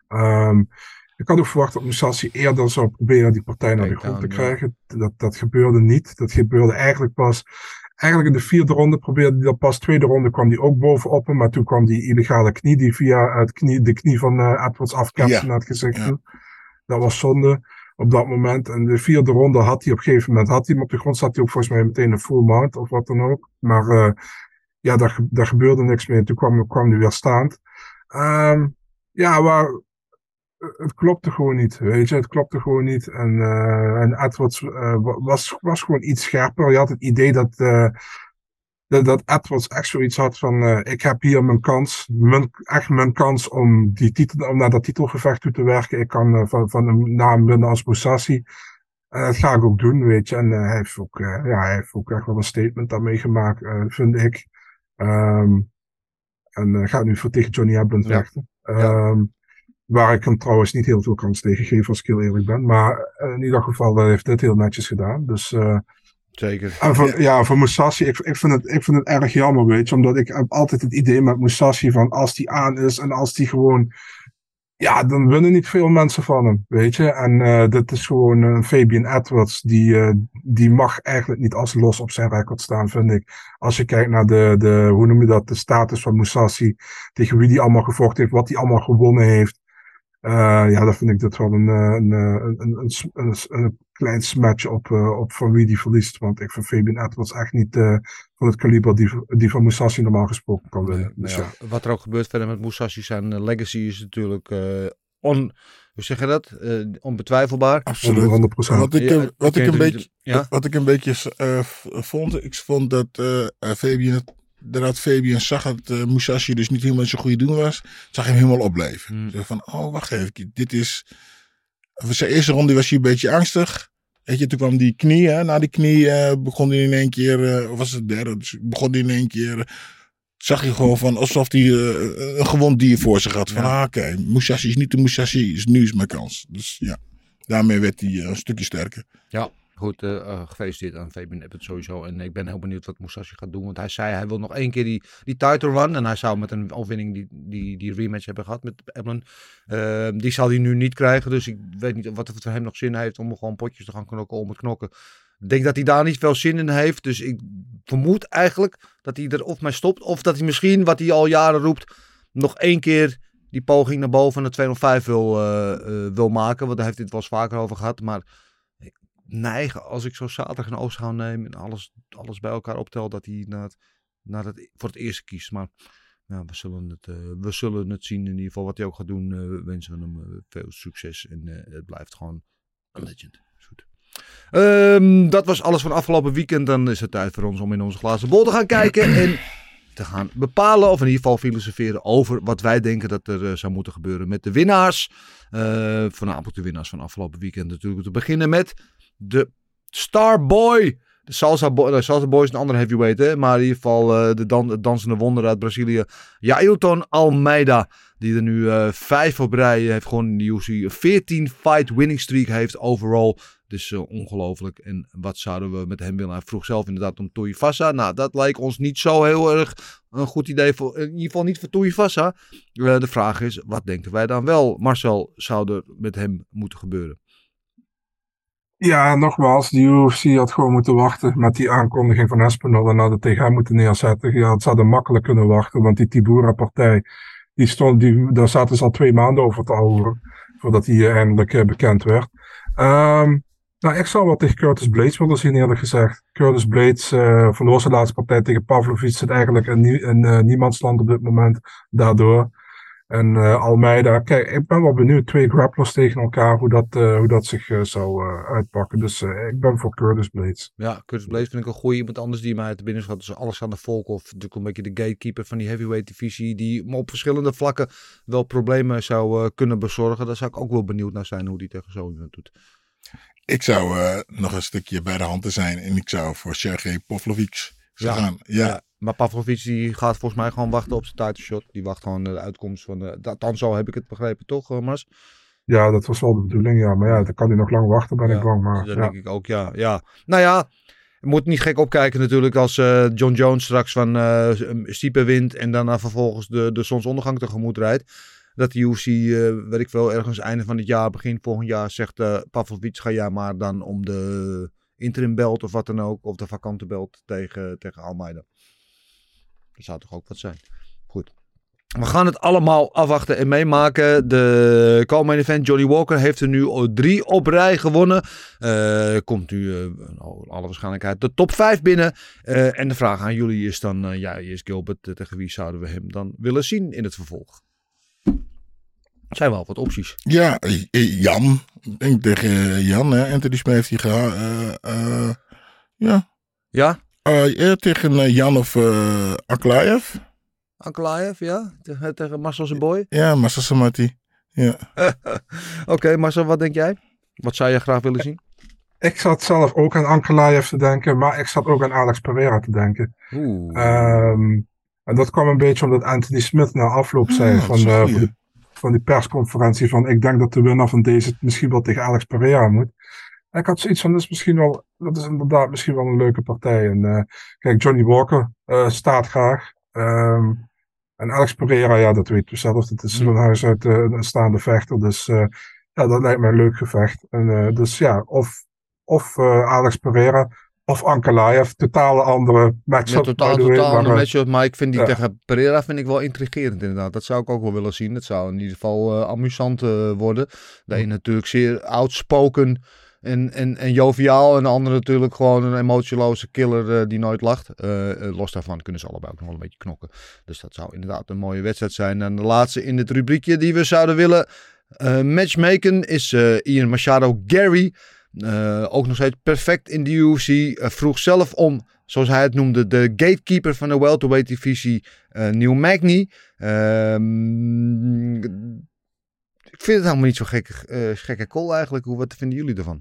Um, ik had ook verwacht dat Mousasi eerder zou proberen die partij naar de grond te krijgen. Dat, dat gebeurde niet. Dat gebeurde eigenlijk pas... Eigenlijk in de vierde ronde probeerde hij dat pas. Tweede ronde kwam hij ook bovenop hem. Maar toen kwam die illegale knie die via het knie, de knie van uh, Edwards afkapte ja. naar het gezicht toe. Ja. Dat was zonde op dat moment. En de vierde ronde had hij op een gegeven moment. Had hij hem op de grond, zat hij ook volgens mij meteen een full mount of wat dan ook. Maar uh, ja, daar, daar gebeurde niks meer. Toen kwam, kwam hij weer staand. Um, ja, waar... Het klopte gewoon niet, weet je. Het klopte gewoon niet. En, uh, en Edwards uh, was, was gewoon iets scherper. Je had het idee dat, uh, dat, dat Edwards echt zoiets had van... Uh, ik heb hier mijn kans. Mijn, echt mijn kans om, die titel, om naar dat titelgevecht toe te werken. Ik kan uh, van, van een naam winnen als Mousasi. En uh, dat ga ik ook doen, weet je. En uh, hij, heeft ook, uh, ja, hij heeft ook echt wel een statement daarmee gemaakt, uh, vind ik. Um, en uh, gaat nu voor tegen Johnny Eblen vechten. Ja. Ja. Um, Waar ik hem trouwens niet heel veel kans tegen geef, als ik heel eerlijk ben. Maar in ieder geval uh, heeft dit heel netjes gedaan. Dus, uh, Zeker. En voor, ja, voor Mousasi, ik, ik, vind het, ik vind het erg jammer, weet je. Omdat ik heb altijd het idee met Mousasi van als die aan is en als die gewoon... Ja, dan winnen niet veel mensen van hem, weet je. En uh, dit is gewoon een uh, Fabian Edwards. Die, uh, die mag eigenlijk niet als los op zijn record staan, vind ik. Als je kijkt naar de, de hoe noem je dat, de status van Mousasi. Tegen wie die allemaal gevochten heeft, wat die allemaal gewonnen heeft. Uh, ja, dan vind ik dat wel een, een, een, een, een, een, een klein smatch op, uh, op van wie die verliest. Want ik vind Fabian Edwards echt niet uh, van het kaliber die, die van Mousasi normaal gesproken kan winnen. Nee, dus ja. Ja. Wat er ook gebeurt verder met Mousasi, zijn uh, legacy is natuurlijk uh, on, hoe zeg je dat? Uh, onbetwijfelbaar. Absoluut. honderd procent. Wat ik, ja, wat ik een beetje, ja? wat ik een beetje uh, vond, ik vond dat uh, Fabian... Dat Fabian zag dat uh, Mousasi dus niet helemaal zo goede doen was. Zag hem helemaal opbleven. Hmm. Zeg van, oh wacht even. Dit is... Voor zijn eerste ronde was hij een beetje angstig. Weet je, toen kwam die knie. Hè? Na die knie uh, begon hij in één keer... Uh, of was het derde? Dus begon hij in één keer... Uh, zag je gewoon van alsof hij uh, een gewond dier voor zich had. Van ja. ah, oké, okay, Mousasi is niet de Mousasi. Is nu is mijn kans. Dus ja, daarmee werd hij uh, een stukje sterker. Ja. Goed, uh, uh, gefeliciteerd aan Fabian Edwards sowieso. En ik ben heel benieuwd wat Mousasi gaat doen. Want hij zei, hij wil nog één keer die, die title run. En hij zou met een overwinning die, die, die rematch hebben gehad met Eblen. Uh, die zal hij nu niet krijgen. Dus ik weet niet wat het voor hem nog zin heeft om gewoon potjes te gaan knokken om het knokken. Ik denk dat hij daar niet veel zin in heeft. Dus ik vermoed eigenlijk dat hij er of mee stopt. Of dat hij misschien, wat hij al jaren roept, nog één keer die poging naar boven naar tweehonderdvijf wil, uh, uh, wil maken. Want daar heeft hij het wel eens vaker over gehad. Maar ik neig, als ik zo zaterdag een oogschouw neem en alles, alles bij elkaar optel, dat hij naar het, naar het, voor het eerste kiest. Maar ja, we, zullen het, uh, we zullen het zien in ieder geval. Wat hij ook gaat doen, uh, we wensen we hem uh, veel succes. En uh, het blijft gewoon een legend. Goed. Um, dat was alles van afgelopen weekend. Dan is het tijd voor ons om in onze glazen bol te gaan kijken. En te gaan bepalen, of in ieder geval filosoferen over wat wij denken dat er uh, zou moeten gebeuren met de winnaars. Uh, voornamelijk de winnaars van afgelopen weekend natuurlijk. Te beginnen met de Starboy. De Salsa, Bo- de Salsa Boy is een andere heavyweight, hè? Maar in ieder geval uh, de dan- het dansende wonder uit Brazilië. Jailton Almeida, die er nu uh, vijf op rij heeft gewoon in de U F C. Een veertien fight winning streak heeft overall. Dus uh, ongelooflijk. En wat zouden we met hem willen? Hij vroeg zelf inderdaad om Tuivasa. Nou, dat lijkt ons niet zo heel erg een goed idee. Voor, in ieder geval niet voor Tuivasa. Uh, de vraag is, wat denken wij dan wel? Marcel, zou er met hem moeten gebeuren? Ja, nogmaals, de U F C had gewoon moeten wachten met die aankondiging van Espinol en hadden tegen hem moeten neerzetten. Ja, het zouden makkelijk kunnen wachten, want die Tibura-partij, die stond, die, daar zaten ze al twee maanden over te houden, voordat die uh, eindelijk uh, bekend werd. Um, nou, ik zou wel tegen Curtis Blades willen zien, eerlijk gezegd. Curtis Blades, uh, van de laatste partij tegen Pavlovic, zit eigenlijk in, in uh, niemandsland op dit moment, daardoor. En uh, Almeida, kijk, ik ben wel benieuwd, twee grapplers tegen elkaar, hoe dat, uh, hoe dat zich uh, zou uh, uitpakken. Dus uh, ik ben voor Curtis Blades. Ja, Curtis Blades vind ik een goeie. Iemand anders die mij uit de binnen schat is Alexander Volkov. Natuurlijk een beetje de gatekeeper van die heavyweight divisie, die op verschillende vlakken wel problemen zou uh, kunnen bezorgen. Daar zou ik ook wel benieuwd naar zijn hoe die tegen zo iemand doet. Ik zou uh, nog een stukje bij de hand te zijn en ik zou voor Sergej Pavlovic ja. gaan. Ja. ja. Maar Pavlovic die gaat volgens mij gewoon wachten op zijn title shot. Die wacht gewoon de uitkomst van de... Dat, dan zo heb ik het begrepen, toch Mars? Ja, dat was wel de bedoeling, ja. Maar ja, dan kan hij nog lang wachten, ben ja, ik bang. Maar, dat ja. denk ik ook, ja. ja. Nou ja, je moet niet gek opkijken natuurlijk als uh, John Jones straks van uh, Stipe wint en daarna vervolgens de, de zonsondergang tegemoet rijdt. Dat de U F C, uh, weet ik wel, ergens einde van het jaar, begin volgend jaar zegt uh, Pavlovic, ga jij maar dan om de interim belt of wat dan ook, of de vakante belt tegen, tegen Almeida. Dat zou toch ook wat zijn. Goed. We gaan het allemaal afwachten en meemaken. De co-main event, Johnny Walker, heeft er nu drie op rij gewonnen. Uh, komt nu, uh, alle waarschijnlijkheid, de top vijf binnen. Uh, en de vraag aan jullie is dan, uh, ja, is Gilbert, uh, tegen wie zouden we hem dan willen zien in het vervolg? Er zijn wel wat opties. Ja, Jan. Ik denk tegen Jan, hè. Anthony Smith heeft hij gehad. Uh, uh, ja. Ja? Uh, ja, tegen uh, Jan of uh, Ankalaev. Ankalaev, ja? Tegen, tegen Marcel zijn boy? Ja, Marcel Samati. Ja. Oké, okay, Marcel, wat denk jij? Wat zou je graag willen zien? Ik zat zelf ook aan Ankalaev te denken, maar ik zat ook aan Alex Pereira te denken. Um, en dat kwam een beetje omdat Anthony Smith na afloop zei oh, van, uh, van, die, van die persconferentie van ik denk dat de winnaar van deze misschien wel tegen Alex Pereira moet. En ik had zoiets van, dat is misschien wel, dat is inderdaad misschien wel een leuke partij. En uh, kijk, Johnny Walker uh, staat graag. Um, en Alex Pereira, ja, dat weet je zelf. Het is van huis uit uh, een staande vechter. Dus uh, ja, dat lijkt mij een leuk gevecht. En, uh, dus ja, of, of uh, Alex Pereira of Ankalaev. Totale andere matchup. Ja, totaal, totaal andere matchup. Maar ik vind die ja. tegen Pereira vind ik wel intrigerend inderdaad. Dat zou ik ook wel willen zien. Dat zou in ieder geval uh, amusant uh, worden. De een natuurlijk zeer outspoken en, en, en joviaal. En de andere natuurlijk gewoon een emotieloze killer uh, die nooit lacht. Uh, uh, los daarvan kunnen ze allebei ook nog wel een beetje knokken. Dus dat zou inderdaad een mooie wedstrijd zijn. En de laatste in het rubriekje die we zouden willen uh, matchmaken is uh, Ian Machado Gary. Uh, ook nog steeds perfect in de U F C. Uh, vroeg zelf om, zoals hij het noemde, de gatekeeper van de welterweight divisie, uh, Neil Magny. Uh, ik vind het helemaal niet zo gek, uh, gekke call eigenlijk. Hoe, wat vinden jullie ervan?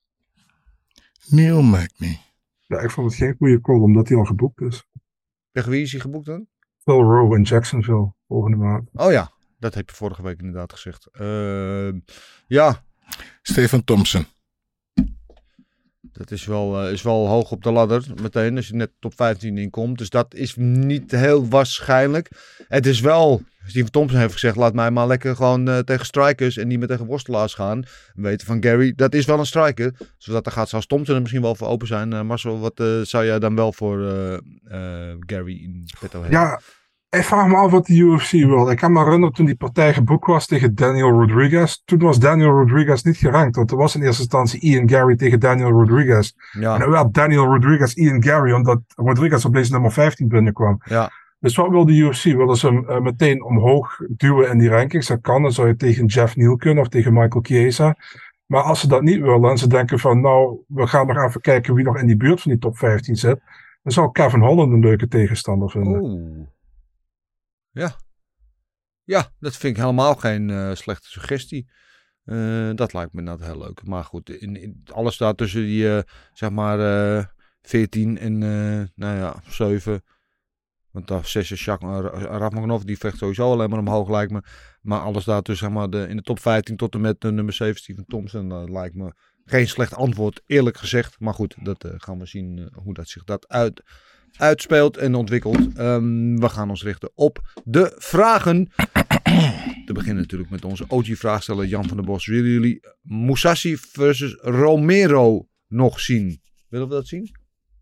Neil Magny. Ja, ik vond het geen goede call, omdat hij al geboekt is. Tegen wie is hij geboekt dan? Phil Rowe in Jacksonville, volgende maand. Oh ja, dat heb je vorige week inderdaad gezegd. Uh, ja. Stephen Thompson. dat is wel, uh, is wel hoog op de ladder meteen als je net top vijftien inkomt. Dus dat is niet heel waarschijnlijk. Het is wel, Steven Thompson heeft gezegd, laat mij maar lekker gewoon uh, tegen strikers en niet meer tegen worstelaars gaan. We weten van Gary, dat is wel een striker. Zodat er gaat, zou Thompson er misschien wel voor open zijn. Uh, Marcel, wat uh, zou jij dan wel voor uh, uh, Gary in petto hebben? Ja, ik vraag me af wat de U F C wil. Ik kan me herinneren toen die partij geboekt was tegen Daniel Rodriguez. Toen was Daniel Rodriguez niet gerankt. Want er was in eerste instantie Ian Gary tegen Daniel Rodriguez. Ja. En dan werd Daniel Rodriguez Ian Gary, omdat Rodriguez op deze nummer vijftien binnenkwam. Ja. Dus wat wil de U F C? Willen ze hem uh, meteen omhoog duwen in die rankings? Dat kan. Dan zou je tegen Jeff Neal kunnen of tegen Michael Chiesa. Maar als ze dat niet willen en ze denken van nou, we gaan nog even kijken wie nog in die buurt van die top vijftien zit. Dan zou Kevin Holland een leuke tegenstander vinden. Oeh. Ja. Ja, dat vind ik helemaal geen uh, slechte suggestie. Uh, dat lijkt me net heel leuk. Maar goed, in, in, alles staat tussen die, uh, zeg maar, uh, veertien en, uh, nou ja, zeven. Want daar zes is Jacques uh, Rachmaninoff, die vecht sowieso alleen maar omhoog, lijkt me. Maar alles staat dus, zeg maar, de, in de top vijftien tot en met de nummer zeven, Steven Thompson. Dat lijkt me geen slecht antwoord, eerlijk gezegd. Maar goed, dat uh, gaan we zien uh, hoe dat zich dat uit... uitspeelt en ontwikkelt. Um, we gaan ons richten op de vragen. Te beginnen natuurlijk met onze O G-vraagsteller Jan van der Bos. Willen jullie Mousasi versus Romero nog zien? Willen we dat zien?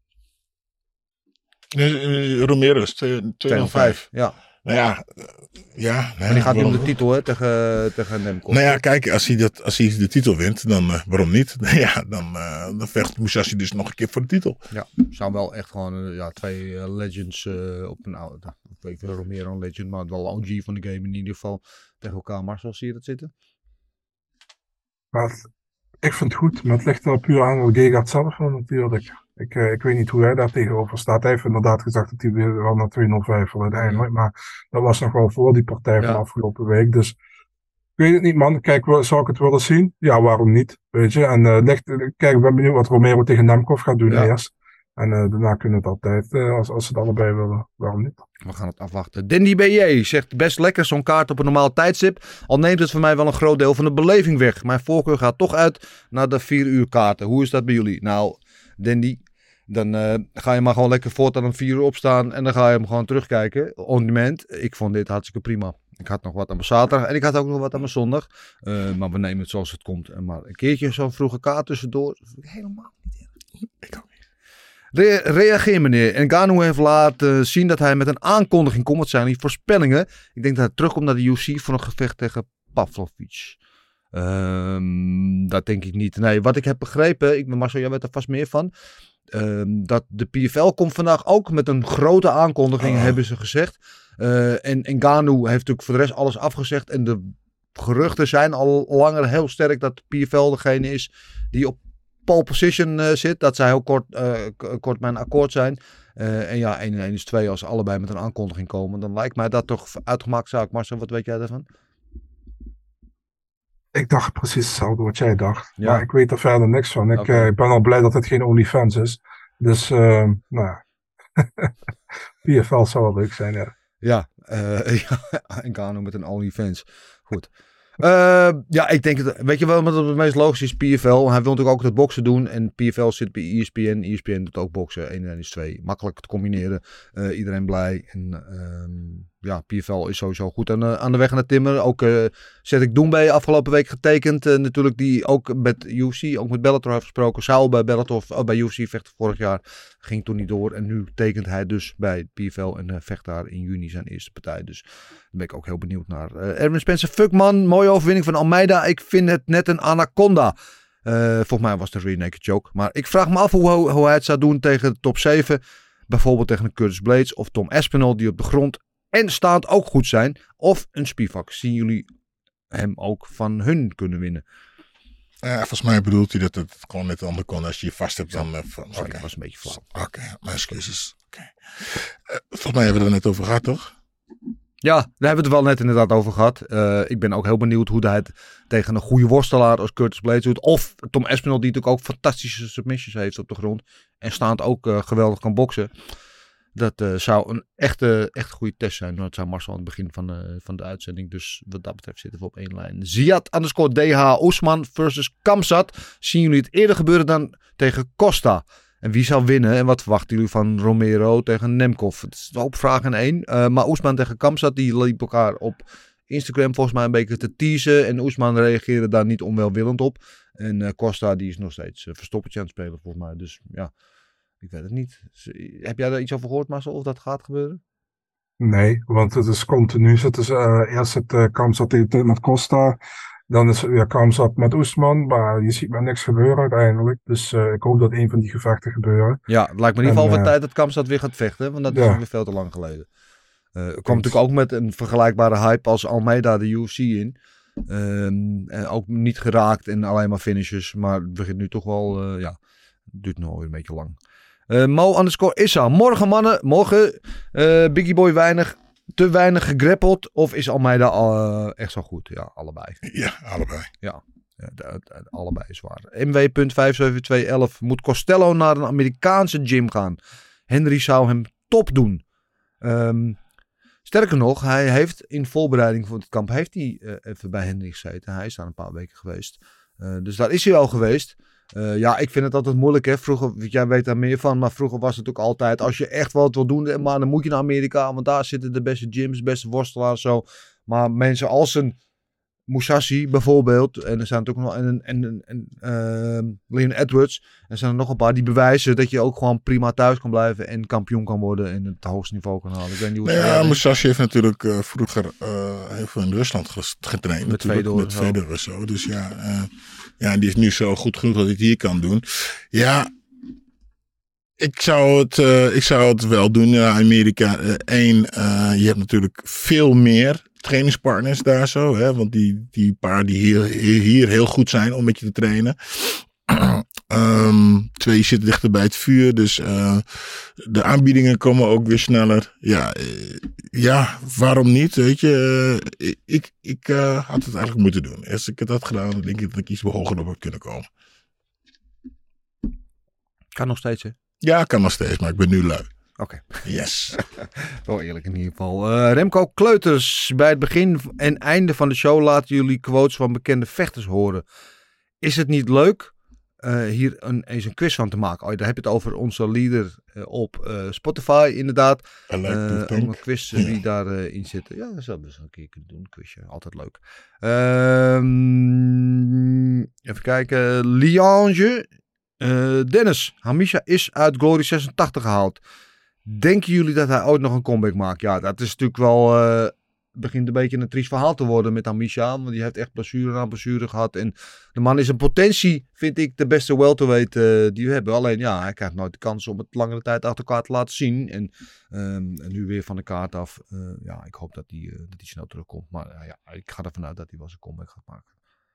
Uh, Romero is twee nul vijf. Ja. Nou ja, uh, ja. Nee, en die gaat nu om de waarom? titel hè, tegen, tegen Nemkov. Nou ja, kijk, als hij, dat, als hij de titel wint, dan uh, waarom niet? ja, dan, uh, dan vecht Mousasi dus nog een keer voor de titel. Ja, zou wel echt gewoon uh, ja, twee uh, legends uh, op een oude... Ik weet niet, Romero een legend, maar wel O G van de game in ieder geval tegen elkaar. Marcel, zie je dat zitten? Maar het, ik vind het goed, maar het ligt er puur aan wat Gegard zelf wil natuurlijk. Ik, uh, ik weet niet hoe hij daar tegenover staat. Hij heeft inderdaad gezegd dat hij weer wel naar twee nul vijf wil uiteindelijk. Maar dat was nog wel voor die partij van ja. afgelopen week. Dus ik weet het niet, man. Kijk, zou ik het willen zien? Ja, waarom niet? Weet je. En uh, ligt, kijk, ik ben benieuwd wat Romero tegen Nemkov gaat doen ja. eerst. En uh, daarna kunnen we het altijd, uh, als, als ze het allebei willen. Waarom niet? We gaan het afwachten. Dandy B J zegt best lekker zo'n kaart op een normaal tijdstip. Al neemt het voor mij wel een groot deel van de beleving weg. Mijn voorkeur gaat toch uit naar de vier uur kaarten. Hoe is dat bij jullie? Nou, Dandy, dan uh, ga je maar gewoon lekker voortaan om vier uur opstaan. En dan ga je hem gewoon terugkijken. On demand. Ik vond dit hartstikke prima. Ik had nog wat aan mijn zaterdag en ik had ook nog wat aan mijn zondag. Uh, maar we nemen het zoals het komt. En maar een keertje zo'n vroege kaart tussendoor. Dat vind ik helemaal niet erg. Ik ook niet. Re- reageer meneer. Ngannou heeft laten zien dat hij met een aankondiging komt. Wat zijn die voorspellingen? Ik denk dat hij terugkomt naar de U F C voor een gevecht tegen Pavlovich. Um, dat denk ik niet. Nee, wat ik heb begrepen, ik, Marcel, jij weet er vast meer van. Um, dat de P F L komt vandaag ook met een grote aankondiging, oh. hebben ze gezegd. Uh, en Ngannou heeft natuurlijk voor de rest alles afgezegd. En de geruchten zijn al langer heel sterk dat de P F L degene is die op pole position uh, zit. Dat zij heel kort, uh, k- kort bij een akkoord zijn. Uh, en ja, één en één is twee. Als ze allebei met een aankondiging komen, dan lijkt mij dat toch uitgemaakt zaak. Marcel, wat weet jij daarvan? Ik dacht precies hetzelfde wat jij dacht. Ja. Maar ik weet er verder niks van. Ik, Okay. uh, ik ben al blij dat het geen OnlyFans is. Dus, uh, nou ja. P F L zou wel leuk zijn, ja. Ja, uh, ja Ngannou met een OnlyFans. Goed. Uh, ja, ik denk het. Weet je wel, wat het meest logisch is? P F L. Hij wil natuurlijk ook dat boksen doen. En P F L zit bij E S P N. E S P N doet ook boksen. één en één is twee. Makkelijk te combineren. Uh, iedereen blij. En uh, ja, P F L is sowieso goed aan, uh, aan de weg naar Timmer. Ook uh, Cedric Doumbé afgelopen week getekend. Uh, natuurlijk die ook met U F C, ook met Bellator heeft gesproken. Zou bij Bellator, oh, bij U F C vechten vorig jaar. Ging toen niet door. En nu tekent hij dus bij P F L. En uh, vecht daar in juni zijn eerste partij. Dus daar ben ik ook heel benieuwd naar. Uh, Erwin Spencer, fuck man. Mooie overwinning van Almeida. Ik vind het net een anaconda. Uh, volgens mij was het een rear naked choke. Maar ik vraag me af hoe, hoe hij het zou doen tegen de top zeven. Bijvoorbeeld tegen een Curtis Blades of Tom Aspinall. Die op de grond en staand ook goed zijn. Of een Spivak. Zien jullie hem ook van hun kunnen winnen? Ja, volgens mij bedoelt hij dat het gewoon net ander kon. Als je je vast hebt, dan... Uh, Sorry, okay. Dat was een beetje flauw. Oké, okay, mijn excuses. Okay. Uh, volgens mij hebben we het er net over gehad, toch? Ja, daar hebben we het wel net inderdaad over gehad. Uh, ik ben ook heel benieuwd hoe hij het tegen een goede worstelaar als Curtis Blades doet. Of Tom Aspinall, die natuurlijk ook fantastische submissions heeft op de grond. En staand ook uh, geweldig kan boksen. Dat uh, zou een echte, echt goede test zijn. Dat zou Marcel aan het begin van, uh, van de uitzending. Dus wat dat betreft zitten we op één lijn. Ziad underscore D H Ousmane versus Khamzat. Zien jullie het eerder gebeuren dan tegen Costa? En wie zou winnen? En wat verwachten jullie van Romero tegen Nemkov? Het is wel op vraag in één. Uh, maar Ousmane tegen Khamzat, die liep elkaar op Instagram volgens mij een beetje te teasen. En Ousmane reageerde daar niet onwelwillend op. En uh, Costa die is nog steeds uh, verstoppertje aan het spelen volgens mij. Dus ja, ik weet het niet. Heb jij daar iets over gehoord, Marcel, of dat gaat gebeuren? Nee, want het is continu. Het is uh, eerst het uh, Khamzat met Costa. Dan is het weer Khamzat met Ousmane. Maar je ziet maar niks gebeuren uiteindelijk. Dus uh, ik hoop dat een van die gevechten gebeuren. Ja, het lijkt me in ieder geval wel uh, tijd dat Khamzat weer gaat vechten. Want dat ja. is weer veel te lang geleden. Uh, er kwam natuurlijk ook met een vergelijkbare hype als Almeida de U F C in. Um, en ook niet geraakt en alleen maar finishes. Maar het begint nu toch wel, uh, ja, het duurt nog weer een beetje lang. Uh, Mo underscore Issa. Morgen mannen, morgen uh, Biggie Boy weinig, te weinig gegrappeld. Of is Almeida uh, echt zo goed? Ja, allebei. Ja, allebei. Ja, ja de, de, de, allebei is waar. M W punt vijf zeven twee een een. Moet Costello naar een Amerikaanse gym gaan? Henry zou hem top doen. Um, Sterker nog, hij heeft in voorbereiding voor het kamp heeft hij, uh, even bij Henry gezeten. Hij is daar een paar weken geweest. Uh, dus daar is hij al geweest. Uh, ja, ik vind het altijd moeilijk. Hè? Vroeger, jij weet daar meer van, maar vroeger was het ook altijd, als je echt wat wil doen, maar dan moet je naar Amerika, want daar zitten de beste gyms, de beste worstelaars, zo. Maar mensen als een Musashi bijvoorbeeld, en er zijn natuurlijk nog en, en, en uh, Leon Edwards, er zijn er nog een paar die bewijzen dat je ook gewoon prima thuis kan blijven en kampioen kan worden en het hoogste niveau kan halen. Ik weet niet hoe het nou ja, Musashi heeft natuurlijk uh, vroeger uh, heel veel in Rusland getraind. Met Fedor. Met Fedor en zo. Dus ja, uh, ja, die is nu zo goed genoeg dat hij het hier kan doen. Ja, ik zou het, uh, ik zou het wel doen in Amerika. Eén, uh, uh, je hebt natuurlijk veel meer trainingspartners daar zo. Hè? Want die, die paar die hier, hier heel goed zijn om met je te trainen. um, twee, je zit dichter bij het vuur. Dus uh, de aanbiedingen komen ook weer sneller. Ja, uh, ja waarom niet? Weet je, uh, ik, ik uh, had het eigenlijk moeten doen. Als ik het had gedaan, dan denk ik dat ik iets hoger op had kunnen komen. Kan nog steeds, hè? Ja, kan nog steeds, maar ik ben nu lui. Oké. Okay. Yes. Wel eerlijk in ieder geval. Uh, Remco Kleuters. Bij het begin en einde van de show laten jullie quotes van bekende vechters horen. Is het niet leuk uh, hier een, eens een quiz van te maken? Oh, daar heb je het over onze leader uh, op uh, Spotify inderdaad. Like uh, om een quiz uh, ja. die daarin uh, zit. Ja, dat zou best een keer kunnen doen. Een quizje. Altijd leuk. Uh, even kijken. Liange. Uh, Dennis. Hamisha is uit Glory zesentachtig gehaald. Denken jullie dat hij ooit nog een comeback maakt? Ja, dat is natuurlijk wel... Uh, begint een beetje een triest verhaal te worden met Hamisha. Want die heeft echt blessure na blessure gehad. En de man is een potentie, vind ik, de beste welterweight uh, die we hebben. Alleen ja, hij krijgt nooit de kans om het langere tijd achter elkaar te laten zien. En, um, en nu weer van de kaart af. Uh, ja, ik hoop dat hij uh, dat hij snel terugkomt. Maar uh, ja, ik ga ervan uit dat hij wel zijn comeback gaat maken.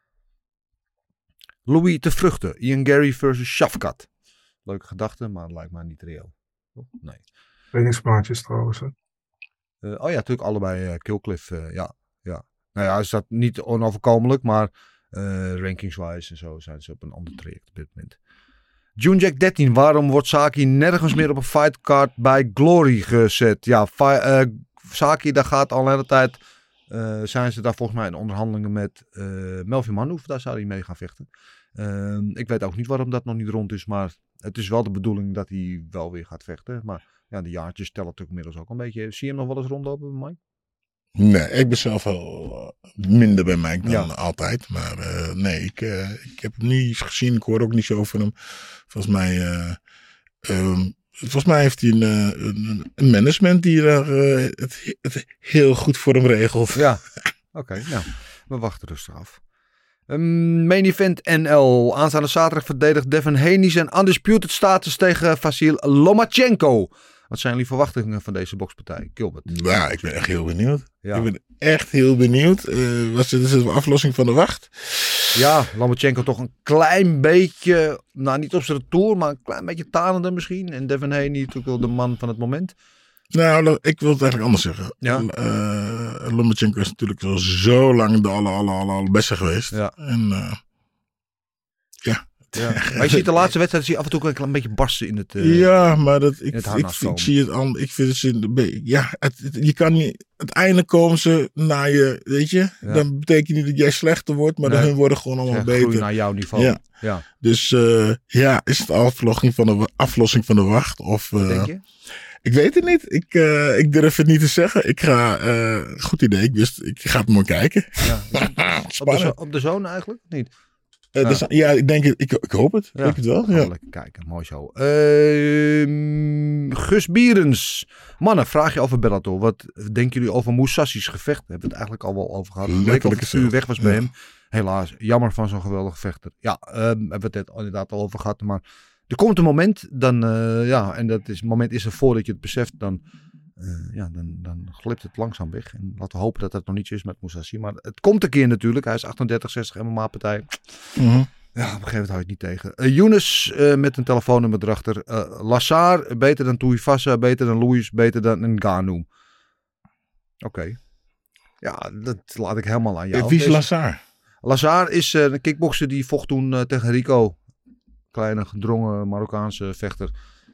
Louis te Vruchten. Ian Gary versus Shafkat. Leuke gedachte, maar het lijkt mij niet reëel. Nee. Trainingsmaatjes trouwens. Hè? Uh, oh ja, natuurlijk allebei uh, Killcliff. Uh, ja, ja. Nou ja, is dat niet onoverkomelijk, maar uh, rankingswise en zo zijn ze op een ander traject op dit moment. Junejack dertien, waarom wordt Saki nergens meer op een fightcard bij Glory gezet? Ja, fi- uh, Saki, daar gaat al een hele tijd, uh, zijn ze daar volgens mij in onderhandelingen met uh, Melvin Manhoef, daar zou hij mee gaan vechten. Uh, ik weet ook niet waarom dat nog niet rond is, maar het is wel de bedoeling dat hij wel weer gaat vechten. Maar ja, de jaartjes tellen natuurlijk inmiddels ook een beetje. Zie je hem nog wel eens rondlopen bij Mike? Nee, ik ben zelf wel minder bij Mike dan ja. altijd. Maar uh, nee, ik, uh, ik heb hem niet gezien. Ik hoor ook niet zo van hem. Volgens mij, uh, um, volgens mij heeft hij een, uh, een management die uh, het, het heel goed voor hem regelt. Ja, oké. Okay, nou, we wachten rustig af. Um, main event N L. Aanstaande zaterdag verdedigt Devin Haney zijn undisputed status tegen Vasil Lomachenko. Wat zijn jullie verwachtingen van deze bokspartij, Gilbert? Ja, ik ben echt heel benieuwd. Ja. Ik ben echt heel benieuwd. Uh, was dit een aflossing van de wacht? Ja, Lomachenko toch een klein beetje, nou niet op zijn retour, maar een klein beetje tanender misschien. En Devin Haney natuurlijk wel de man van het moment. Nou, ik wil het eigenlijk anders zeggen. Ja. Uh, Lomachenko is natuurlijk al zo lang de aller, aller, aller, aller beste geweest. Ja. En uh, ja, Ja. Maar je ziet de laatste wedstrijd zie je af en toe ook een klein beetje barsten in het uh, Ja, maar dat, ik, het ik, ik, ik zie het al. Ik vind het zin. Ja, het, het, je kan niet. Uiteindelijk komen ze naar je, weet je. Ja. Dan betekent niet dat jij slechter wordt, maar nee. dat hun worden gewoon allemaal ja, beter. Naar jouw niveau. Ja. Ja. Dus uh, ja, is het aflossing van de aflossing van de wacht of? Uh, denk je? Ik weet het niet. Ik, uh, ik durf het niet te zeggen. Ik ga, uh, goed idee. Ik wist, ik ga het maar kijken. Ja. op, de zo, op de zone eigenlijk? Niet? Uh, ja. Dus, ja, ik denk het. Ik, ik hoop het. Ja. Ik het wel. Ja. Lekker kijken. Mooi zo. Uh, Gus Bierens. Mannen, vraag je over Bellator. Wat denken jullie over Mousassi's gevecht? We hebben het eigenlijk al wel over gehad. Het leek of het vuur weg was bij ja. hem. Helaas. Jammer van zo'n geweldige vechter. Ja, uh, hebben we het net inderdaad al over gehad. Maar er komt een moment, dan, uh, ja, en dat is, het moment is er voordat je het beseft, dan, uh, ja, dan, dan glipt het langzaam weg. En laten we hopen dat dat nog niet zo is met Mousasi. Maar het komt een keer natuurlijk. Hij is achtendertig zestig M M A-partij. Mm-hmm. Ja, op een gegeven moment hou je het niet tegen. Uh, Younes uh, met een telefoonnummer erachter. Uh, Lazar, beter dan Tuivasa, beter dan Luis, beter dan Ngannou. Oké. Okay. Ja, dat laat ik helemaal aan jou. Wie is Lazar? Lazar is uh, een kickbokser die vocht toen uh, tegen Rico. Kleine, gedrongen Marokkaanse vechter.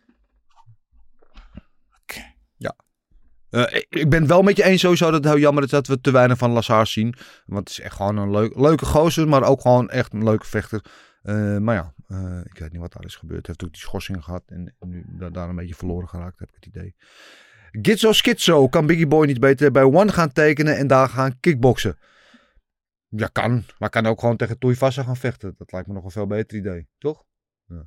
Okay. Ja. Uh, ik, ik ben het wel met je eens sowieso dat het heel jammer is dat we te weinig van Lazar zien. Want het is echt gewoon een leuk, leuke gozer, maar ook gewoon echt een leuke vechter. Uh, maar ja, uh, ik weet niet wat daar is gebeurd. Hij heeft ook die schorsing gehad en, en nu da- daar een beetje verloren geraakt, heb ik het idee. Gitzo Skitzo, kan Biggie Boy niet beter bij One gaan tekenen en daar gaan kickboksen? Ja, kan. Maar kan ook gewoon tegen Tuivasa gaan vechten. Dat lijkt me nog een veel beter idee, toch? Ja.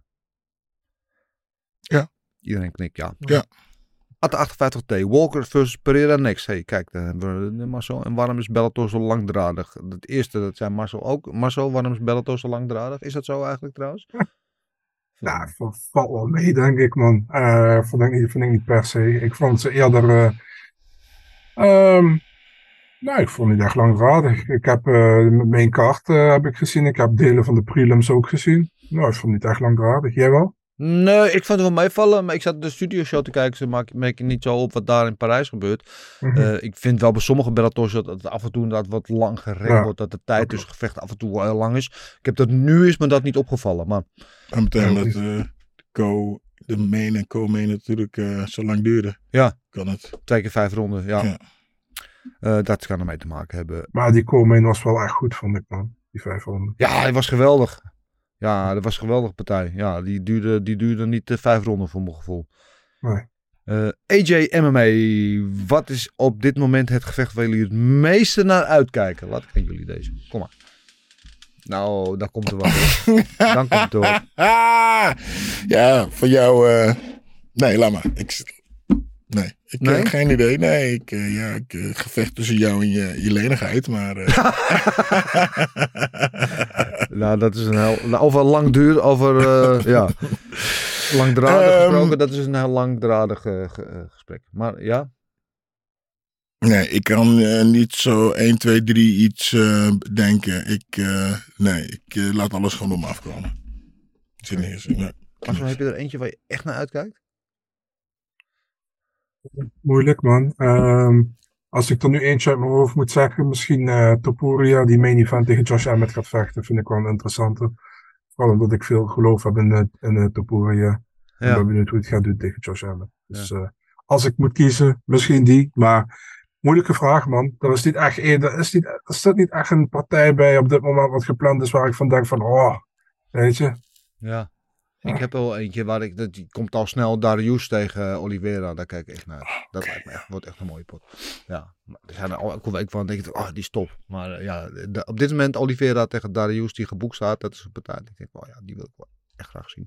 Ja. Iedereen knikt, ja. Ja. At achtenvijftig T. Walker versus Pereira next. Hey, kijk, daar hebben we Marcel. En waarom is Bellator zo langdradig? Het eerste, dat zei Marcel ook. Marcel, waarom is Bellator zo langdradig? Is dat zo eigenlijk trouwens? Ja, ja valt wel mee, denk ik, man. Uh, vond, ik niet, vind ik niet per se. Ik vond ze eerder... Uh, um, nou, ik vond het niet echt langdradig. Ik heb uh, mijn kaart uh, heb ik gezien. Ik heb delen van de prelims ook gezien. Nou, ik vond het niet echt langdradig. Jij wel? Nee, ik vond het wel meevallen. Maar ik zat de studio show te kijken. Ze maken merk je niet zo op wat daar in Parijs gebeurt. Mm-hmm. Uh, ik vind wel bij sommige Bellators dat het af en toe inderdaad wat lang gerekt ja. wordt. Dat de tijd tussen gevechten af en toe wel heel lang is. Ik heb dat nu is me dat niet opgevallen. Maar... En meteen dat uh, co, de main en co-main natuurlijk uh, zo lang duren. Ja. Kan het. Twee keer vijf ronden, ja. ja. Uh, dat kan ermee te maken hebben. Maar die co-main was wel echt goed, vond ik, man. Die vijf ronden. Ja, hij was geweldig. Ja, dat was een geweldige partij. Ja, die duurde, die duurde niet uh, vijf ronden voor mijn gevoel. Nee. Uh, A J M M A. Wat is op dit moment het gevecht waar jullie het meeste naar uitkijken? Laat ik aan jullie deze. Kom maar. Nou, dan komt er wat hoor. Dan komt het hoor. Ja, voor jou... Uh... Nee, laat maar. Ik... Nee, ik nee? heb geen idee. Nee, ik, uh, ja, ik uh, gevecht tussen jou en je, je lenigheid, maar... Uh... nou, dat is een heel... Over lang duur, over... Uh, ja, langdradig um, gesproken, dat is een heel langdradig uh, ge, uh, gesprek. Maar ja... Nee, ik kan uh, niet zo één, twee, drie iets uh, denken. Ik, uh, nee, ik uh, laat alles gewoon op me afkomen. Zit niet eens. Nee. Marcel, heb je er eentje waar je echt naar uitkijkt? Moeilijk, man. Um, als ik er nu eentje uit mijn hoofd moet zeggen, misschien uh, Topuria, die main event tegen Josh Emmett gaat vechten, vind ik wel een interessante. Vooral omdat ik veel geloof heb in, uh, in uh, Topuria. Ja. Ik ben benieuwd hoe het gaat doen tegen Josh Emmett. Dus ja. uh, als ik moet kiezen, misschien die. Maar moeilijke vraag, man. Er is niet echt, er is niet, er zit niet echt een partij bij op dit moment wat gepland is waar ik van denk van, oh, weet je. Ja. Ik heb wel eentje waar ik, dat die komt al snel, Darius tegen Oliveira, daar kijk ik echt naar. Dat lijkt me echt, wordt echt een mooie pot. Ja, er zijn er al elke week van, denk ik, oh, die is top. Maar uh, ja, de, op dit moment Oliveira tegen Darius die geboekt staat, dat is een partij. Ik denk, oh ja, die wil ik wel echt graag zien.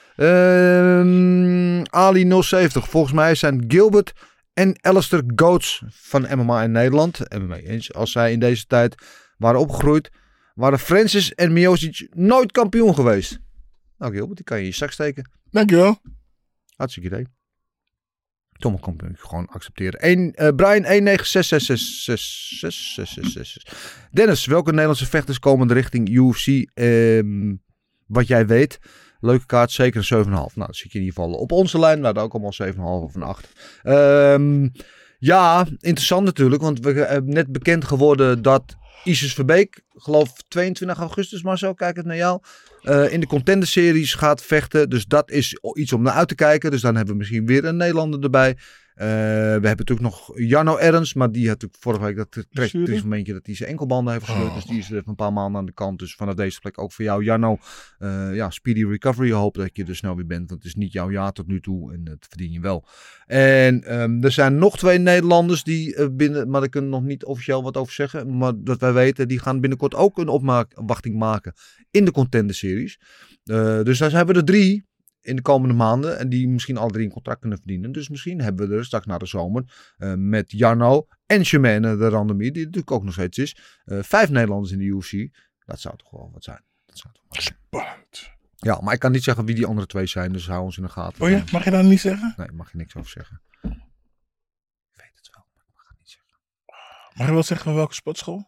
Uh, Ali nul zeventig, volgens mij zijn Gilbert en Alistair Goats van M M A in Nederland, M M A eens, als zij in deze tijd waren opgegroeid, waren Francis en Miocic nooit kampioen geweest. Nou Gilbert, die kan je in je zak steken. Dankjewel. Hartstikke idee. Tom kan ik gewoon accepteren. Eén, uh, Brian één negen zes zes zes zes zes zes zes zes. Dennis, welke Nederlandse vechters komen de richting U F C? Um, wat jij weet. Leuke kaart, zeker een zeven komma vijf. Nou, dat zit je in ieder geval op onze lijn. We hadden ook allemaal zeven komma vijf of een acht. Um, ja, interessant natuurlijk. Want we hebben net bekend geworden dat Isis Verbeek, geloof tweeëntwintig augustus, Marcel, kijk het naar jou. Uh, in de Contender Series gaat vechten. Dus dat is iets om naar uit te kijken. Dus dan hebben we misschien weer een Nederlander erbij. Uh, we hebben natuurlijk nog Jarno Ernst, maar die had natuurlijk vorige week dat trekt er is een momentje dat hij zijn enkelbanden heeft gescheurd. Oh. Dus die is er even een paar maanden aan de kant. Dus vanaf deze plek ook voor jou, Jarno. Uh, ja, speedy recovery. Hoop dat je er snel weer bent. Want het is niet jouw jaar tot nu toe en dat verdien je wel. En um, er zijn nog twee Nederlanders die uh, binnen, maar daar kunnen we nog niet officieel wat over zeggen. Maar dat wij weten, die gaan binnenkort ook een opwachting maken in de Contender Series. Uh, dus daar hebben we er drie. In de komende maanden. En die misschien alle drie een contract kunnen verdienen. Dus misschien hebben we er straks na de zomer. Uh, met Jarno en Shemane de Randomir. Die natuurlijk ook nog steeds is. Uh, vijf Nederlanders in de U F C. Dat zou toch wel wat zijn. Dat zou toch wel Spannend. Ja, maar ik kan niet zeggen wie die andere twee zijn. Dus hou ons in de gaten. Oh ja? Mag je dat niet zeggen? Nee, mag je niks over zeggen. Ik weet het wel. Maar ik mag het niet zeggen. Mag je wel zeggen van welke sportschool?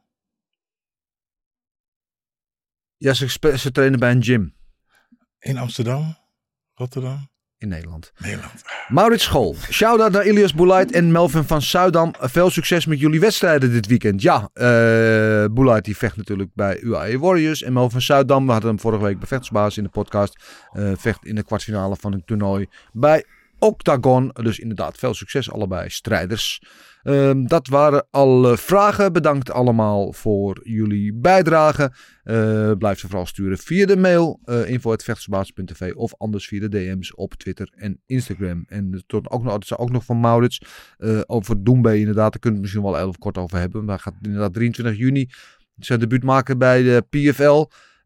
Ja, ze, ze trainen bij een gym. In Amsterdam? Rotterdam? In Nederland. Nederland. Maurits School. Shout-out naar Ilias Boulait en Melvin van Zuidam. Veel succes met jullie wedstrijden dit weekend. Ja, uh, Boulait die vecht natuurlijk bij U A E Warriors. En Melvin van Zuidam, we hadden hem vorige week bij Vechtersbasis in de podcast. Uh, vecht in de kwartfinale van een toernooi bij Octagon. Dus inderdaad, veel succes allebei strijders. Um, dat waren alle vragen. Bedankt allemaal voor jullie bijdrage. Uh, blijf ze vooral sturen via de mail uh, info at vechtersbasis punt t v of anders via de D M's op Twitter en Instagram. En tot ook nog, dat is ook nog van Maurits uh, over Doumbé inderdaad. Daar kunnen we het misschien wel even kort over hebben. Maar hij gaat inderdaad drieëntwintig juni zijn debuut maken bij de P F L.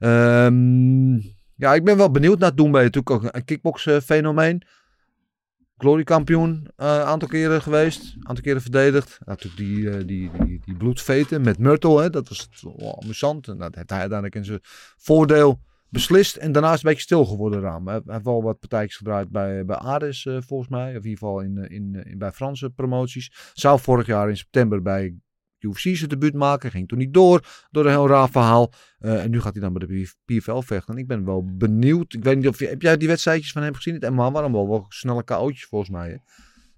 Um, ja, ik ben wel benieuwd naar Doumbé. Natuurlijk ook een kickbox uh, fenomeen. Glory kampioen, een uh, aantal keren geweest, een aantal keren verdedigd. Natuurlijk die, uh, die, die, die bloedveten met Myrtle, hè, dat was oh, amusant. En dat heeft hij uiteindelijk in zijn voordeel beslist. En daarna is het een beetje stil geworden eraan. Hij heeft wel wat partijtjes gedraaid bij, bij Ares uh, volgens mij. Of in ieder geval in, in, in, bij Franse promoties. Zou vorig jaar in september bij U F C zijn debuut maken. Ging toen niet door, door een heel raar verhaal. Uh, en nu gaat hij dan bij de P F L vechten. En ik ben wel benieuwd. Ik weet niet of je, heb jij die wedstrijdjes van hem gezien? Het M M A waren wel wel snelle K O'tjes volgens mij. Hè?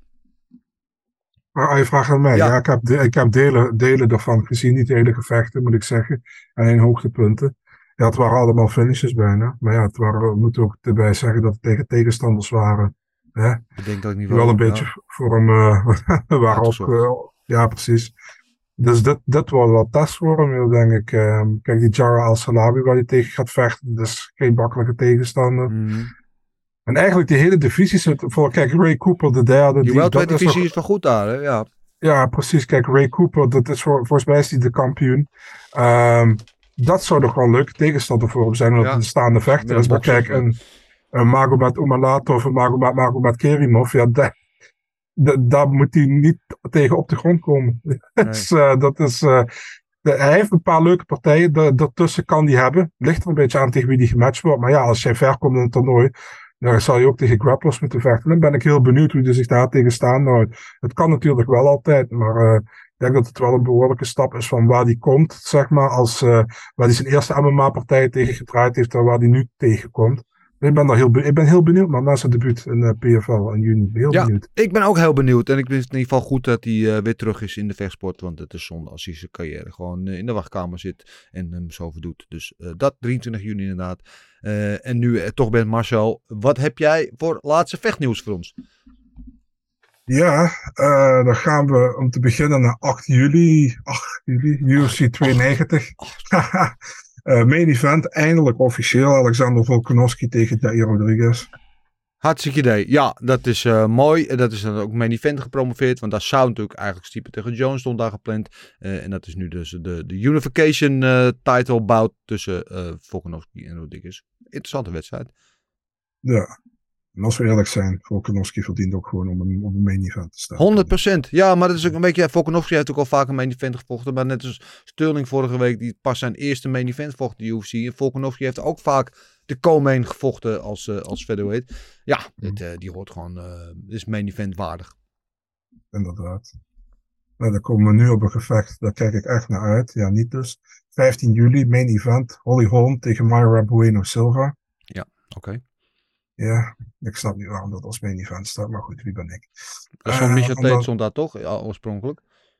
Maar je vraagt aan mij. Ja, ja ik heb, de, ik heb delen, delen daarvan gezien. Niet de hele gevechten, moet ik zeggen. En in hoogtepunten. Ja, het waren allemaal finishes bijna. Maar ja, het waren, we moeten ook erbij zeggen dat het tegen tegenstanders waren. Hè? Ik denk dat ik niet wel, wel een beetje ja. voor hem uh, waren ja, ook. Uh, ja, precies. Dus dit, dit wordt wel test voor hem, denk ik. Uh, kijk, die Jara Al-Salabi waar hij tegen gaat vechten, dat is geen makkelijke tegenstander. Mm. En eigenlijk die hele divisie zit voor, kijk, Ray Cooper, de derde. Die welterweight divisie is, is wel goed daar, hè? Ja. Ja, precies. Kijk, Ray Cooper, dat is voor, volgens mij is hij de kampioen. Um, dat zou toch wel een leuke tegenstander voor hem zijn, omdat ja. het een staande vechter is. Maar kijk, een, een Magomed Umalatov of een Magomed, Magomed Kerimov, ja, dat... daar moet hij niet tegen op de grond komen. Nee. dus, uh, dat is, uh, de, hij heeft een paar leuke partijen. Da- daartussen kan hij hebben. Ligt er een beetje aan tegen wie die gematcht wordt. Maar ja, als jij ver komt in het toernooi, dan zal je ook tegen grapplers moeten vechten. Dan ben ik heel benieuwd hoe hij zich daar tegen staan houdt. Het kan natuurlijk wel altijd, maar uh, ik denk dat het wel een behoorlijke stap is van waar hij komt, zeg maar, als uh, waar hij zijn eerste M M A-partij tegen gedraaid heeft en waar hij nu tegenkomt. Ik ben, heel be- ik ben heel benieuwd, man, na zijn debuut in uh, P F L in juni. Heel ja, benieuwd. Ik ben ook heel benieuwd. En ik vind het in ieder geval goed dat hij uh, weer terug is in de vechtsport. Want het is zonde als hij zijn carrière gewoon uh, in de wachtkamer zit en hem zo verdoet. Dus uh, dat drieëntwintig juni inderdaad. Uh, en nu uh, toch bent Marcel. Wat heb jij voor laatste vechtnieuws voor ons? Ja, uh, dan gaan we om te beginnen naar acht juli. acht juli, U F C tweeënnegentig. Uh, main event, eindelijk officieel. Alexander Volkanovski tegen Jair Rodriguez. Hartstikke idee. Ja, dat is uh, mooi. Dat is dan ook main event gepromoveerd. Want daar zou natuurlijk eigenlijk Stipe tegen Jones stond daar gepland. Uh, en dat is nu dus de, de Unification uh, title bout tussen uh, Volkanovski en Rodriguez. Interessante wedstrijd. Ja. En als we eerlijk zijn, Volkanovski verdient ook gewoon om een, om een main event te staan. honderd procent. Ja, maar dat is ook een beetje... Ja, Volkanovski heeft ook al vaak een main event gevochten. Maar net als Sterling vorige week, die pas zijn eerste main event vocht in de U F C. En Volkanovski heeft ook vaak de co-main gevochten als, uh, als featherweight. Ja, mm. dit, uh, die hoort gewoon... Uh, is main event waardig. Inderdaad. Nou, dan komen we nu op een gevecht. Daar kijk ik echt naar uit. Ja, niet dus. vijftien juli, main event. Holly Holm tegen Mayra Bueno Silva. Ja, oké. Okay. Ja, ik snap niet waarom dat als main event staat, maar goed, wie ben ik? Dat is van uh, Michel Tate stond daar toch, ja, oorspronkelijk?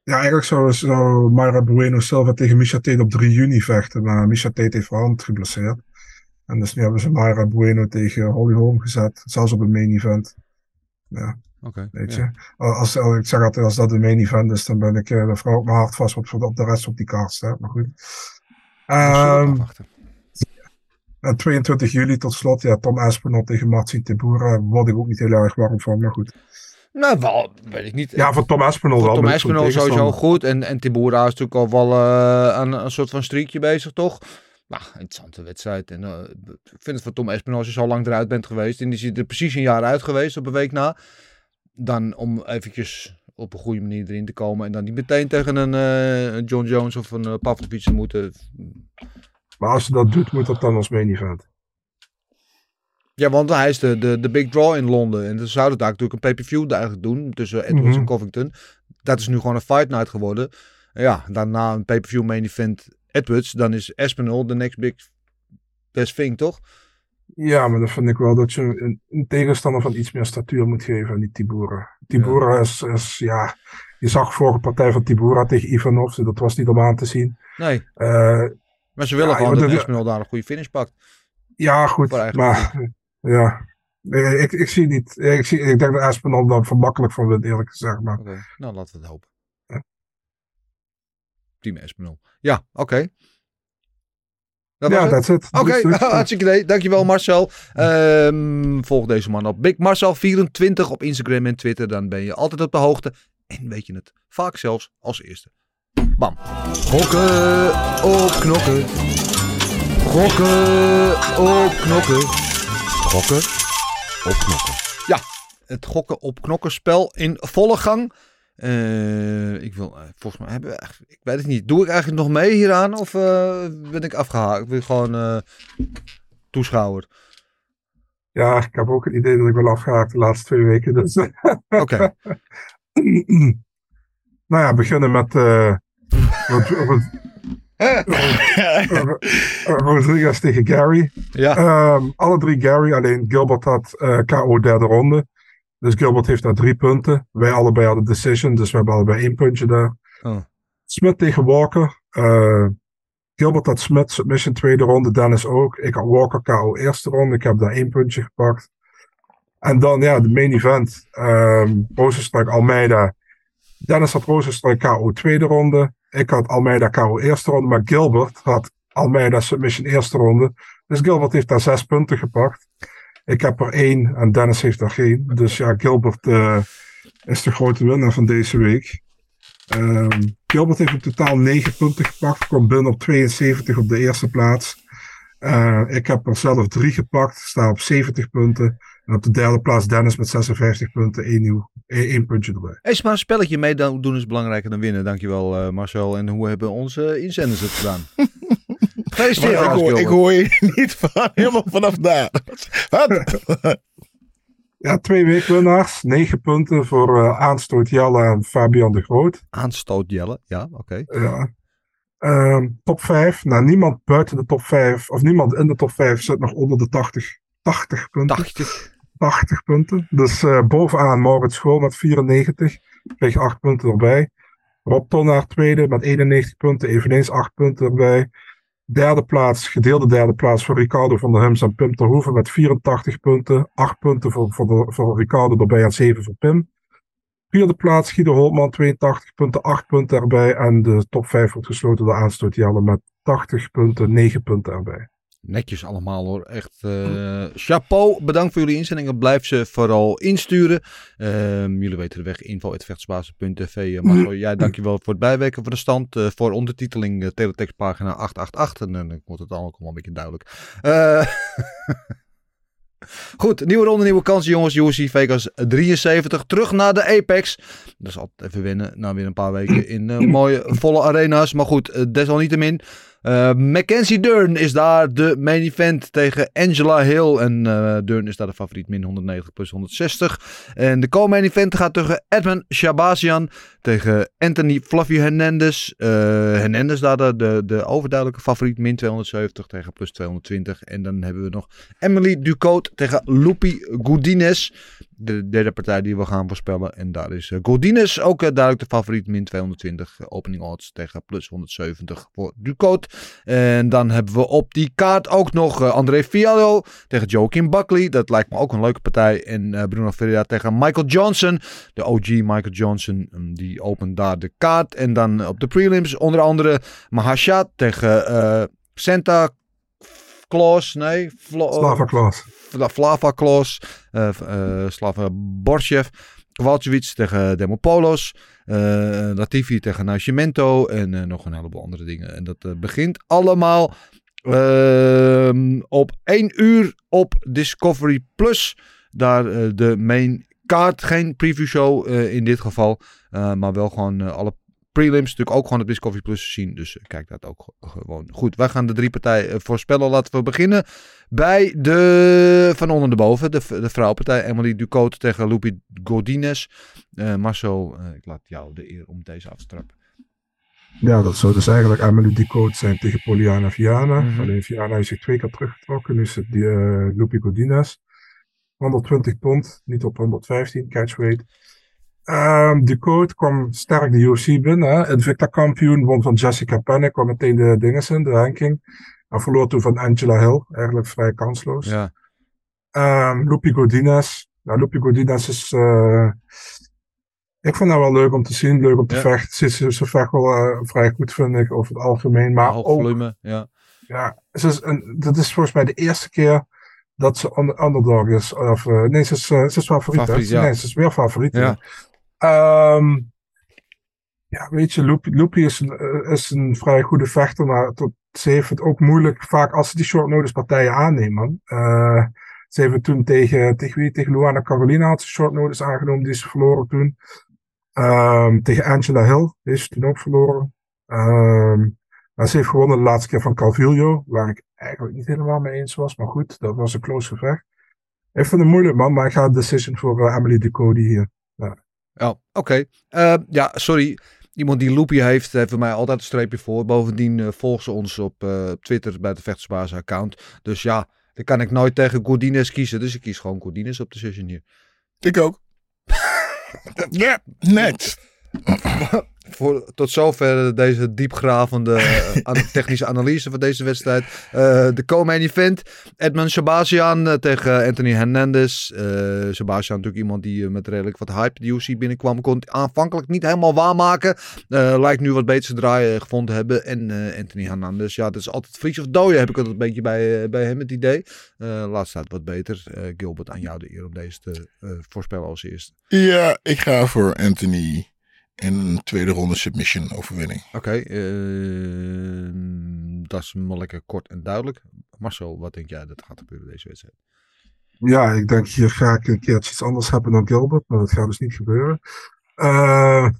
Ja, eigenlijk zou, zou Mayra Bueno Silva tegen Miesha Tate op drie juni vechten. Maar Miesha Tate heeft haar hand geblesseerd. En dus nu hebben ze Mayra Bueno tegen Holly Holm gezet. Zelfs op een main event. Ja, okay, weet ja. je. Als, als, ik zeg altijd, als dat een main event is, dan ben ik uh, de vrouw op mijn hart vast op, op de rest op die kaart staat. Maar goed. Um, en tweeëntwintig juli tot slot, ja, Tom Aspinall tegen Marcin Tybura. Word ik ook niet heel erg warm van, maar goed. Nou, wel, weet ik niet. Ja, voor Tom Aspinall wel. Voor Tom Aspinall sowieso goed. En, en Tybura is natuurlijk al wel uh, aan een soort van streakje bezig, toch? Nou, interessante wedstrijd. En, uh, ik vind het voor Tom Aspinall, als je zo lang eruit bent geweest. En die zit er precies een jaar uit geweest, op een week na. Dan om eventjes op een goede manier erin te komen. En dan niet meteen tegen een uh, John Jones of een uh, Pavlovic te moeten. Maar als je dat doet, moet dat dan als main event. Ja, want hij is de, de, de big draw in Londen. En dan zouden daar natuurlijk een pay-per-view eigenlijk doen. Tussen Edwards mm-hmm. en Covington. Dat is nu gewoon een fight night geworden. Ja, daarna een pay-per-view main event Edwards. Dan is Aspinall de next big best thing, toch? Ja, maar dan vind ik wel dat je een, een tegenstander van iets meer statuur moet geven aan die Tybura. Tybura ja. Is, is, ja... Je zag vorige partij van Tybura tegen Ivanov. Dat was niet om aan te zien. Nee. Uh, maar ze willen ja, gewoon dat Aspinall daar een goede finish pakt. Ja, goed. Maar... Ja, ik, ik zie niet. Ik, zie, ik denk dat Aspinall dan vermakkelijk van wint, eerlijk gezegd. Maar... Oké, okay. Nou laten we het hopen. Ja. Team Aspinall. Ja, oké. Okay. Dat ja, that's it. Oké, okay. Hartstikke idee. Dankjewel Marcel. Um, volg deze man op Big Marcel vierentwintig op Instagram en Twitter. Dan ben je altijd op de hoogte. En weet je het vaak zelfs als eerste. Bam. Gokken op knokken. Gokken op knokken. Gokken op knokken. Ja, het gokken op knokken spel in volle gang. Uh, ik wil, uh, volgens mij hebben we, ik weet het niet. Doe ik eigenlijk nog mee hieraan of uh, ben ik afgehaakt? Ik ben gewoon uh, toeschouwer. Ja, ik heb ook het idee dat ik wel afgehaakt de laatste twee weken. Dus. Oké. Okay. Nou ja, beginnen met uh, wat, wat, Rodriguez tegen Gary. Ja. Um, alle drie Gary, alleen Gilbert had uh, K O derde ronde. Dus Gilbert heeft daar drie punten. Wij allebei hadden decision, dus we hebben allebei één puntje daar. Oh. Smith tegen Walker. Uh, Gilbert had Smith submission tweede ronde, Dennis ook. Ik had Walker K O eerste ronde, ik heb daar één puntje gepakt. En dan ja, de main event. Um, Rozenstruik Almeida. Dennis had Rozenstruik K O tweede ronde. Ik had Almeida K O eerste ronde, maar Gilbert had Almeida submission eerste ronde. Dus Gilbert heeft daar zes punten gepakt. Ik heb er één en Dennis heeft er geen. Dus ja, Gilbert uh, is de grote winnaar van deze week. Um, Gilbert heeft in totaal negen punten gepakt. Komt binnen op tweeënzeventig op de eerste plaats. Uh, ik heb er zelf drie gepakt. Sta op zeventig punten. En op de derde plaats Dennis met zesenvijftig punten. één, nieuw, één, één puntje erbij. Is maar een spelletje meedoen is belangrijker dan winnen. Dankjewel uh, Marcel. En hoe hebben onze inzenders het gedaan? Gefeliciteerd. Ik, hoor, ik hoor je niet van helemaal vanaf daar. Wat? Ja, twee weekwinnaars. Negen punten voor uh, Aanstoot Jelle en Fabian de Groot. Aanstoot Jelle, ja, oké. Okay. Ja. Um, top vijf. Nou, niemand buiten de top vijf, of niemand in de top vijf zit nog onder de tachtig, tachtig punten. tachtig. tachtig punten. Dus uh, bovenaan Maurits School met vierennegentig. Kreeg acht punten erbij. Rob Tonnaar tweede met eenennegentig punten. Eveneens acht punten erbij. Derde plaats, gedeelde derde plaats voor Ricardo van der Hums en Pim Terhoeven met vierentachtig punten. acht punten voor, voor, de, voor Ricardo erbij en zeven voor Pim. Vierde plaats, Guido Holtman, tweeëntachtig punten, acht punten erbij. En de top vijf wordt gesloten door Aanstoot Jelle met tachtig punten, negen punten erbij. Netjes allemaal hoor. Echt uh, chapeau. Bedankt voor jullie inzendingen. Blijf ze vooral insturen. Uh, jullie weten de weg. info at vechtsbazen punt t v. Uh, Marcel, jij dankjewel voor het bijwerken van de stand. Uh, voor ondertiteling uh, teletextpagina achthonderdachtenachtig. En dan uh, wordt het allemaal wel een beetje duidelijk. Uh, Goed, nieuwe ronde, nieuwe kansen jongens. U F C Vegas drieënzeventig. Terug naar de Apex. Dat is altijd even wennen. Na weer een paar weken in uh, mooie volle arena's. Maar goed, uh, desalniettemin. Uh, Mackenzie Dern is daar de main event tegen Angela Hill. En uh, Dern is daar de favoriet, min honderdnegentig plus honderdzestig. En de co-main event gaat tegen Edmund Shabazian tegen Anthony Flavio Hernandez. Uh, Hernandez daar de, de, de overduidelijke favoriet, min tweehonderdzeventig tegen plus tweehonderdtwintig. En dan hebben we nog Emily Ducote tegen Lupi Godinez. de derde partij die we gaan voorspellen. En daar is uh, Godinez ook uh, duidelijk de favoriet. min tweehonderdtwintig uh, opening odds tegen plus honderdzeventig voor Ducote. En dan hebben we op die kaart ook nog uh, André Fiallo tegen Joaquin Buckley. Dat lijkt me ook een leuke partij. En uh, Bruno Ferreira tegen Michael Johnson. De O G Michael Johnson. Um, die opent daar de kaart. En dan uh, op de prelims onder andere Mahashat tegen uh, Santa Claus. Nee. Flo- Slava Claus. Flava Claus. Uh, uh, Slava Borsjev. Kowalkiewicz tegen Demopoulos. Uh, Latifi tegen Nascimento. En uh, nog een heleboel andere dingen. En dat uh, begint allemaal uh, op één uur op Discovery Plus. Daar uh, de main card. Geen preview show uh, in dit geval. Uh, maar wel gewoon uh, alle prelims. Natuurlijk ook gewoon op Discovery Plus zien. Dus uh, kijk dat ook gewoon. Goed, wij gaan de drie partijen uh, voorspellen. Laten we beginnen bij de van onder de boven. De, de vrouwenpartij. Emily Ducote tegen Lupi Godinez. Uh, Marcel, uh, ik laat jou de eer om deze af te trappen. Ja, dat zou dus eigenlijk Emily Ducote zijn tegen Poliana Viana. Mm-hmm. Alleen Viana heeft zich twee keer teruggetrokken. Nu is het die, uh, Lupi Godinez. honderdtwintig pond, niet op honderdvijftien catch weight. Um, Ducote kwam sterk de U F C binnen. Hè. Invicta kampioen, won van Jessica Penne, kwam meteen de dinges in, de ranking. En verloor toen van Angela Hill, eigenlijk vrij kansloos. Ja. Um, Lupi Godinez. Nou, Lupi Godinez is... Uh, ik vind dat wel leuk om te zien, leuk om te ja. vechten. Ze, ze vecht wel uh, vrij goed, vind ik, over het algemeen. Maar Hoog ook... volume, ja. Ja, ze is een, dat is volgens mij de eerste keer dat ze on- underdog is. Of, uh, nee, ze is, uh, ze is favoriet. favoriet ja. ja. Nee, ze is weer favoriet. Ja. Um, ja, weet je, Lupi, Lupi is, een, is een vrij goede vechter, maar tot, ze heeft het ook moeilijk vaak als ze die short notice partijen aannemen. Uh, ze heeft het toen tegen, tegen wie? Tegen Luana Carolina had ze short notice aangenomen, die is verloren toen. Um, tegen Angela Hill, die is toen ook verloren. Um, maar ze heeft gewonnen de laatste keer van Calvillo, waar ik eigenlijk niet helemaal mee eens was, maar goed, dat was een close gevecht. Ik vind het moeilijk, man, maar ik ga een decision voor uh, Emily Ducote hier. Ja. Oh, oké. Okay. Uh, ja, sorry. Iemand die Loopy heeft, heeft voor mij altijd een streepje voor. Bovendien uh, volgt ze ons op uh, Twitter bij de Vechtersbaas account. Dus ja, dan kan ik nooit tegen Godinez kiezen. Dus ik kies gewoon Godinez op de session hier. Ik ook. Ja, net. Voor, tot zover deze diepgravende uh, technische analyse van deze wedstrijd. Uh, de co-main event. Edmund Shabazian uh, tegen Anthony Hernandez. Uh, Shabazian natuurlijk iemand die uh, met redelijk wat hype de U F C binnenkwam. Kon het aanvankelijk niet helemaal waarmaken. Uh, lijkt nu wat beter te draaien gevonden hebben. En uh, Anthony Hernandez, ja, dat is altijd vries of dooien. Heb ik altijd een beetje bij, uh, bij hem het idee. Uh, laatst staat wat beter. Uh, Gilbert, aan jou de eer om deze te uh, voorspellen als eerste. Ja, ik ga voor Anthony in een tweede ronde submission overwinning. Oké, okay, uh, dat is maar lekker kort en duidelijk. Marcel, wat denk jij dat gaat gebeuren deze wedstrijd? Ja, ik denk hier ga ik een keertje iets anders hebben dan Gilbert, maar dat gaat dus niet gebeuren. Uh,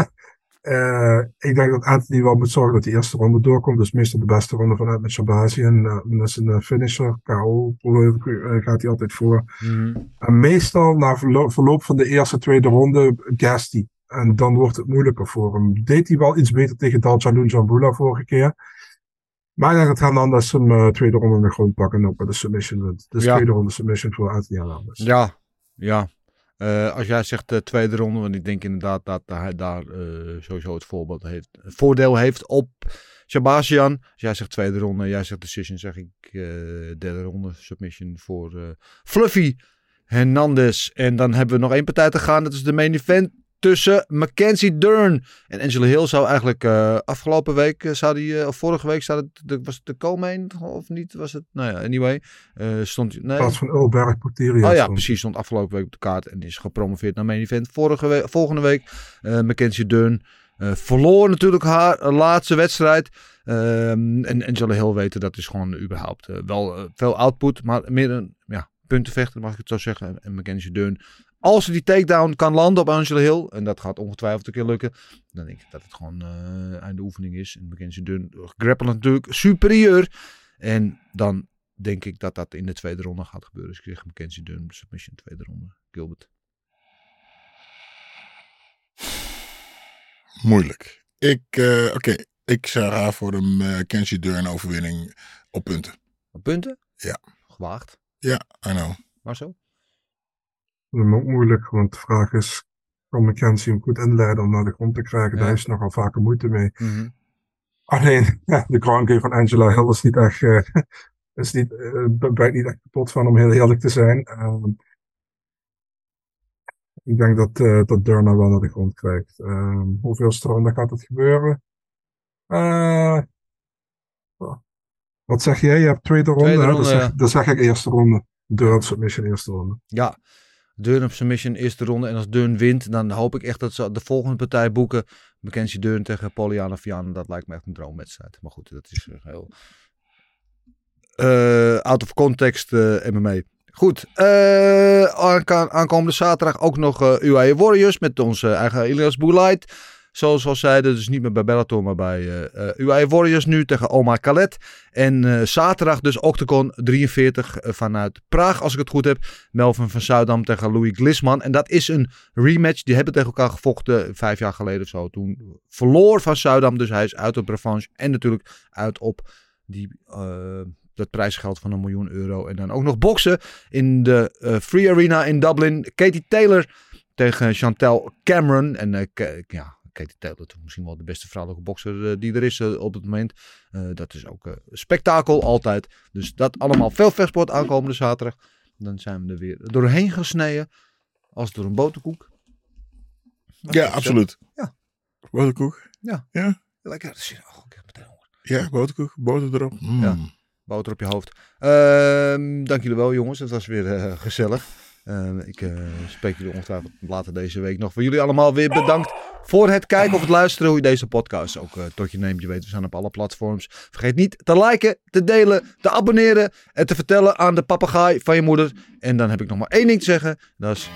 uh, ik denk dat Anthony wel moet zorgen dat de eerste ronde doorkomt. Dus meestal de beste ronde vanuit met Shabazian. Uh, dat is een uh, finisher, K O uh, gaat hij altijd voor. Mm-hmm. En meestal na verloop, verloop van de eerste, tweede ronde gast hij. En dan wordt het moeilijker voor hem. Deed hij wel iets beter tegen Daljalun Jambula vorige keer. Maar ik denk dat Hernandez hem uh, tweede ronde in de grond pakken en ook bij de submission wint. Dus ja. Tweede ronde submission voor Anthony Hernandez. Ja, ja. Uh, als jij zegt uh, tweede ronde, want ik denk inderdaad dat hij daar uh, sowieso het voorbeeld heeft, voordeel heeft op Shabazian. Als jij zegt tweede ronde, jij zegt decision, zeg ik uh, derde ronde submission voor uh, Fluffy Hernandez. En dan hebben we nog één partij te gaan, dat is de main event tussen Mackenzie Dern en Angela Hill. Zou eigenlijk uh, afgelopen week, uh, zou die, uh, of vorige week, zou het, de, was het de co-main of niet? Was het? Nou ja, anyway. Uh, stond, nee. Plaats van Ulberg Porteria. Oh ja, stond. Precies. Stond afgelopen week op de kaart en is gepromoveerd naar main event. Vorige week, volgende week uh, Mackenzie Dern uh, verloor natuurlijk haar uh, laatste wedstrijd. Uh, en Angela Hill weten dat is gewoon überhaupt uh, wel uh, veel output, maar meer een ja, puntenvechter, mag ik het zo zeggen. En Mackenzie Dern, als ze die takedown kan landen op Angela Hill, en dat gaat ongetwijfeld een keer lukken, dan denk ik dat het gewoon uh, aan de oefening is. En Mackenzie Dern grappelen natuurlijk superieur. En dan denk ik dat dat in de tweede ronde gaat gebeuren. Dus ik zeg Mackenzie Dern submission tweede ronde. Gilbert. Moeilijk. Ik, uh, oké, okay. ik ga voor de Mackenzie Dern overwinning op punten. Op punten? Ja. Gewaagd. Ja, I know. Maar zo? Dat is ook moeilijk, want de vraag is, kan McKenzie hem goed inleiden om naar de grond te krijgen? Ja. Daar is nogal vaker moeite mee. Mm-hmm. Alleen, ja, de ground game van Angela Hill is niet echt, uh, is niet, uh, ben ik niet echt kapot van, om heel eerlijk te zijn. Uh, ik denk dat, uh, dat Durna wel naar de grond krijgt. Uh, hoeveelste ronde gaat het gebeuren? Uh, wat zeg jij? Je hebt tweede ronde. Tweede hè? ronde, dan, zeg, ja. dan zeg ik eerste ronde. Durn submission eerste ronde. Ja, Durn op submission eerste ronde. En als Durn wint, dan hoop ik echt dat ze de volgende partij boeken. Mackenzie Durn tegen Polyana Viana. Dat lijkt me echt een droomwedstrijd. Maar goed, dat is heel uh, out of context uh, M M A. Goed, uh, aank- aankomende zaterdag ook nog uh, U A E Warriors met onze eigen Ilias Boulait. Zoals we al zeiden, dus niet meer bij Bellator, maar bij uh, uh, U A E Warriors nu tegen Omar Khaled. En uh, zaterdag dus Octagon drieënveertig uh, vanuit Praag, als ik het goed heb. Melvin van Zuidam tegen Louis Glisman. En dat is een rematch. Die hebben tegen elkaar gevochten vijf jaar geleden of zo. Toen verloor van Zuidam, dus hij is uit op revanche. En natuurlijk uit op die... Uh, dat prijsgeld van een miljoen euro. En dan ook nog boksen in de uh, Free Arena in Dublin. Katie Taylor tegen Chantel Cameron. En uh, k- ja, Katie Taylor is misschien wel de beste vrouwelijke bokser uh, die er is uh, op het moment. Uh, dat is ook uh, spektakel altijd. Dus dat allemaal veel vechtsport aankomende zaterdag. Dan zijn we er weer doorheen gesneden. Als door een boterkoek. Wat ja, absoluut. Ja. Boterkoek. Ja. Ja. Lekker. Oh, ik heb meteen honger. Ja, boterkoek. Boter erop. Mm. Ja. Boter op je hoofd. Uh, dank jullie wel, jongens. Het was weer uh, gezellig. Uh, ik uh, spreek jullie ongetwijfeld later deze week nog. Voor jullie allemaal weer bedankt voor het kijken of het luisteren. Hoe je deze podcast ook uh, tot je neemt. Je weet, we zijn op alle platforms. Vergeet niet te liken, te delen, te abonneren. En te vertellen aan de papegaai van je moeder. En dan heb ik nog maar één ding te zeggen. Dat is...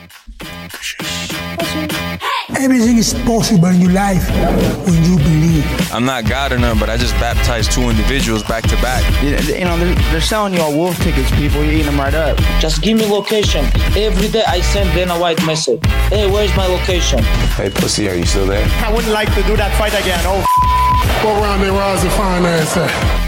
Everything is possible in your life when you believe. I'm not God or none, but I just baptized two individuals back to back. You, you know, they're, they're selling you all wolf tickets, people. You're eating them right up. Just give me location. Every day I send Dana White message. Hey, where's my location? Hey, pussy, are you still there? I wouldn't like to do that fight again. Oh, Go around there, where's the finance at?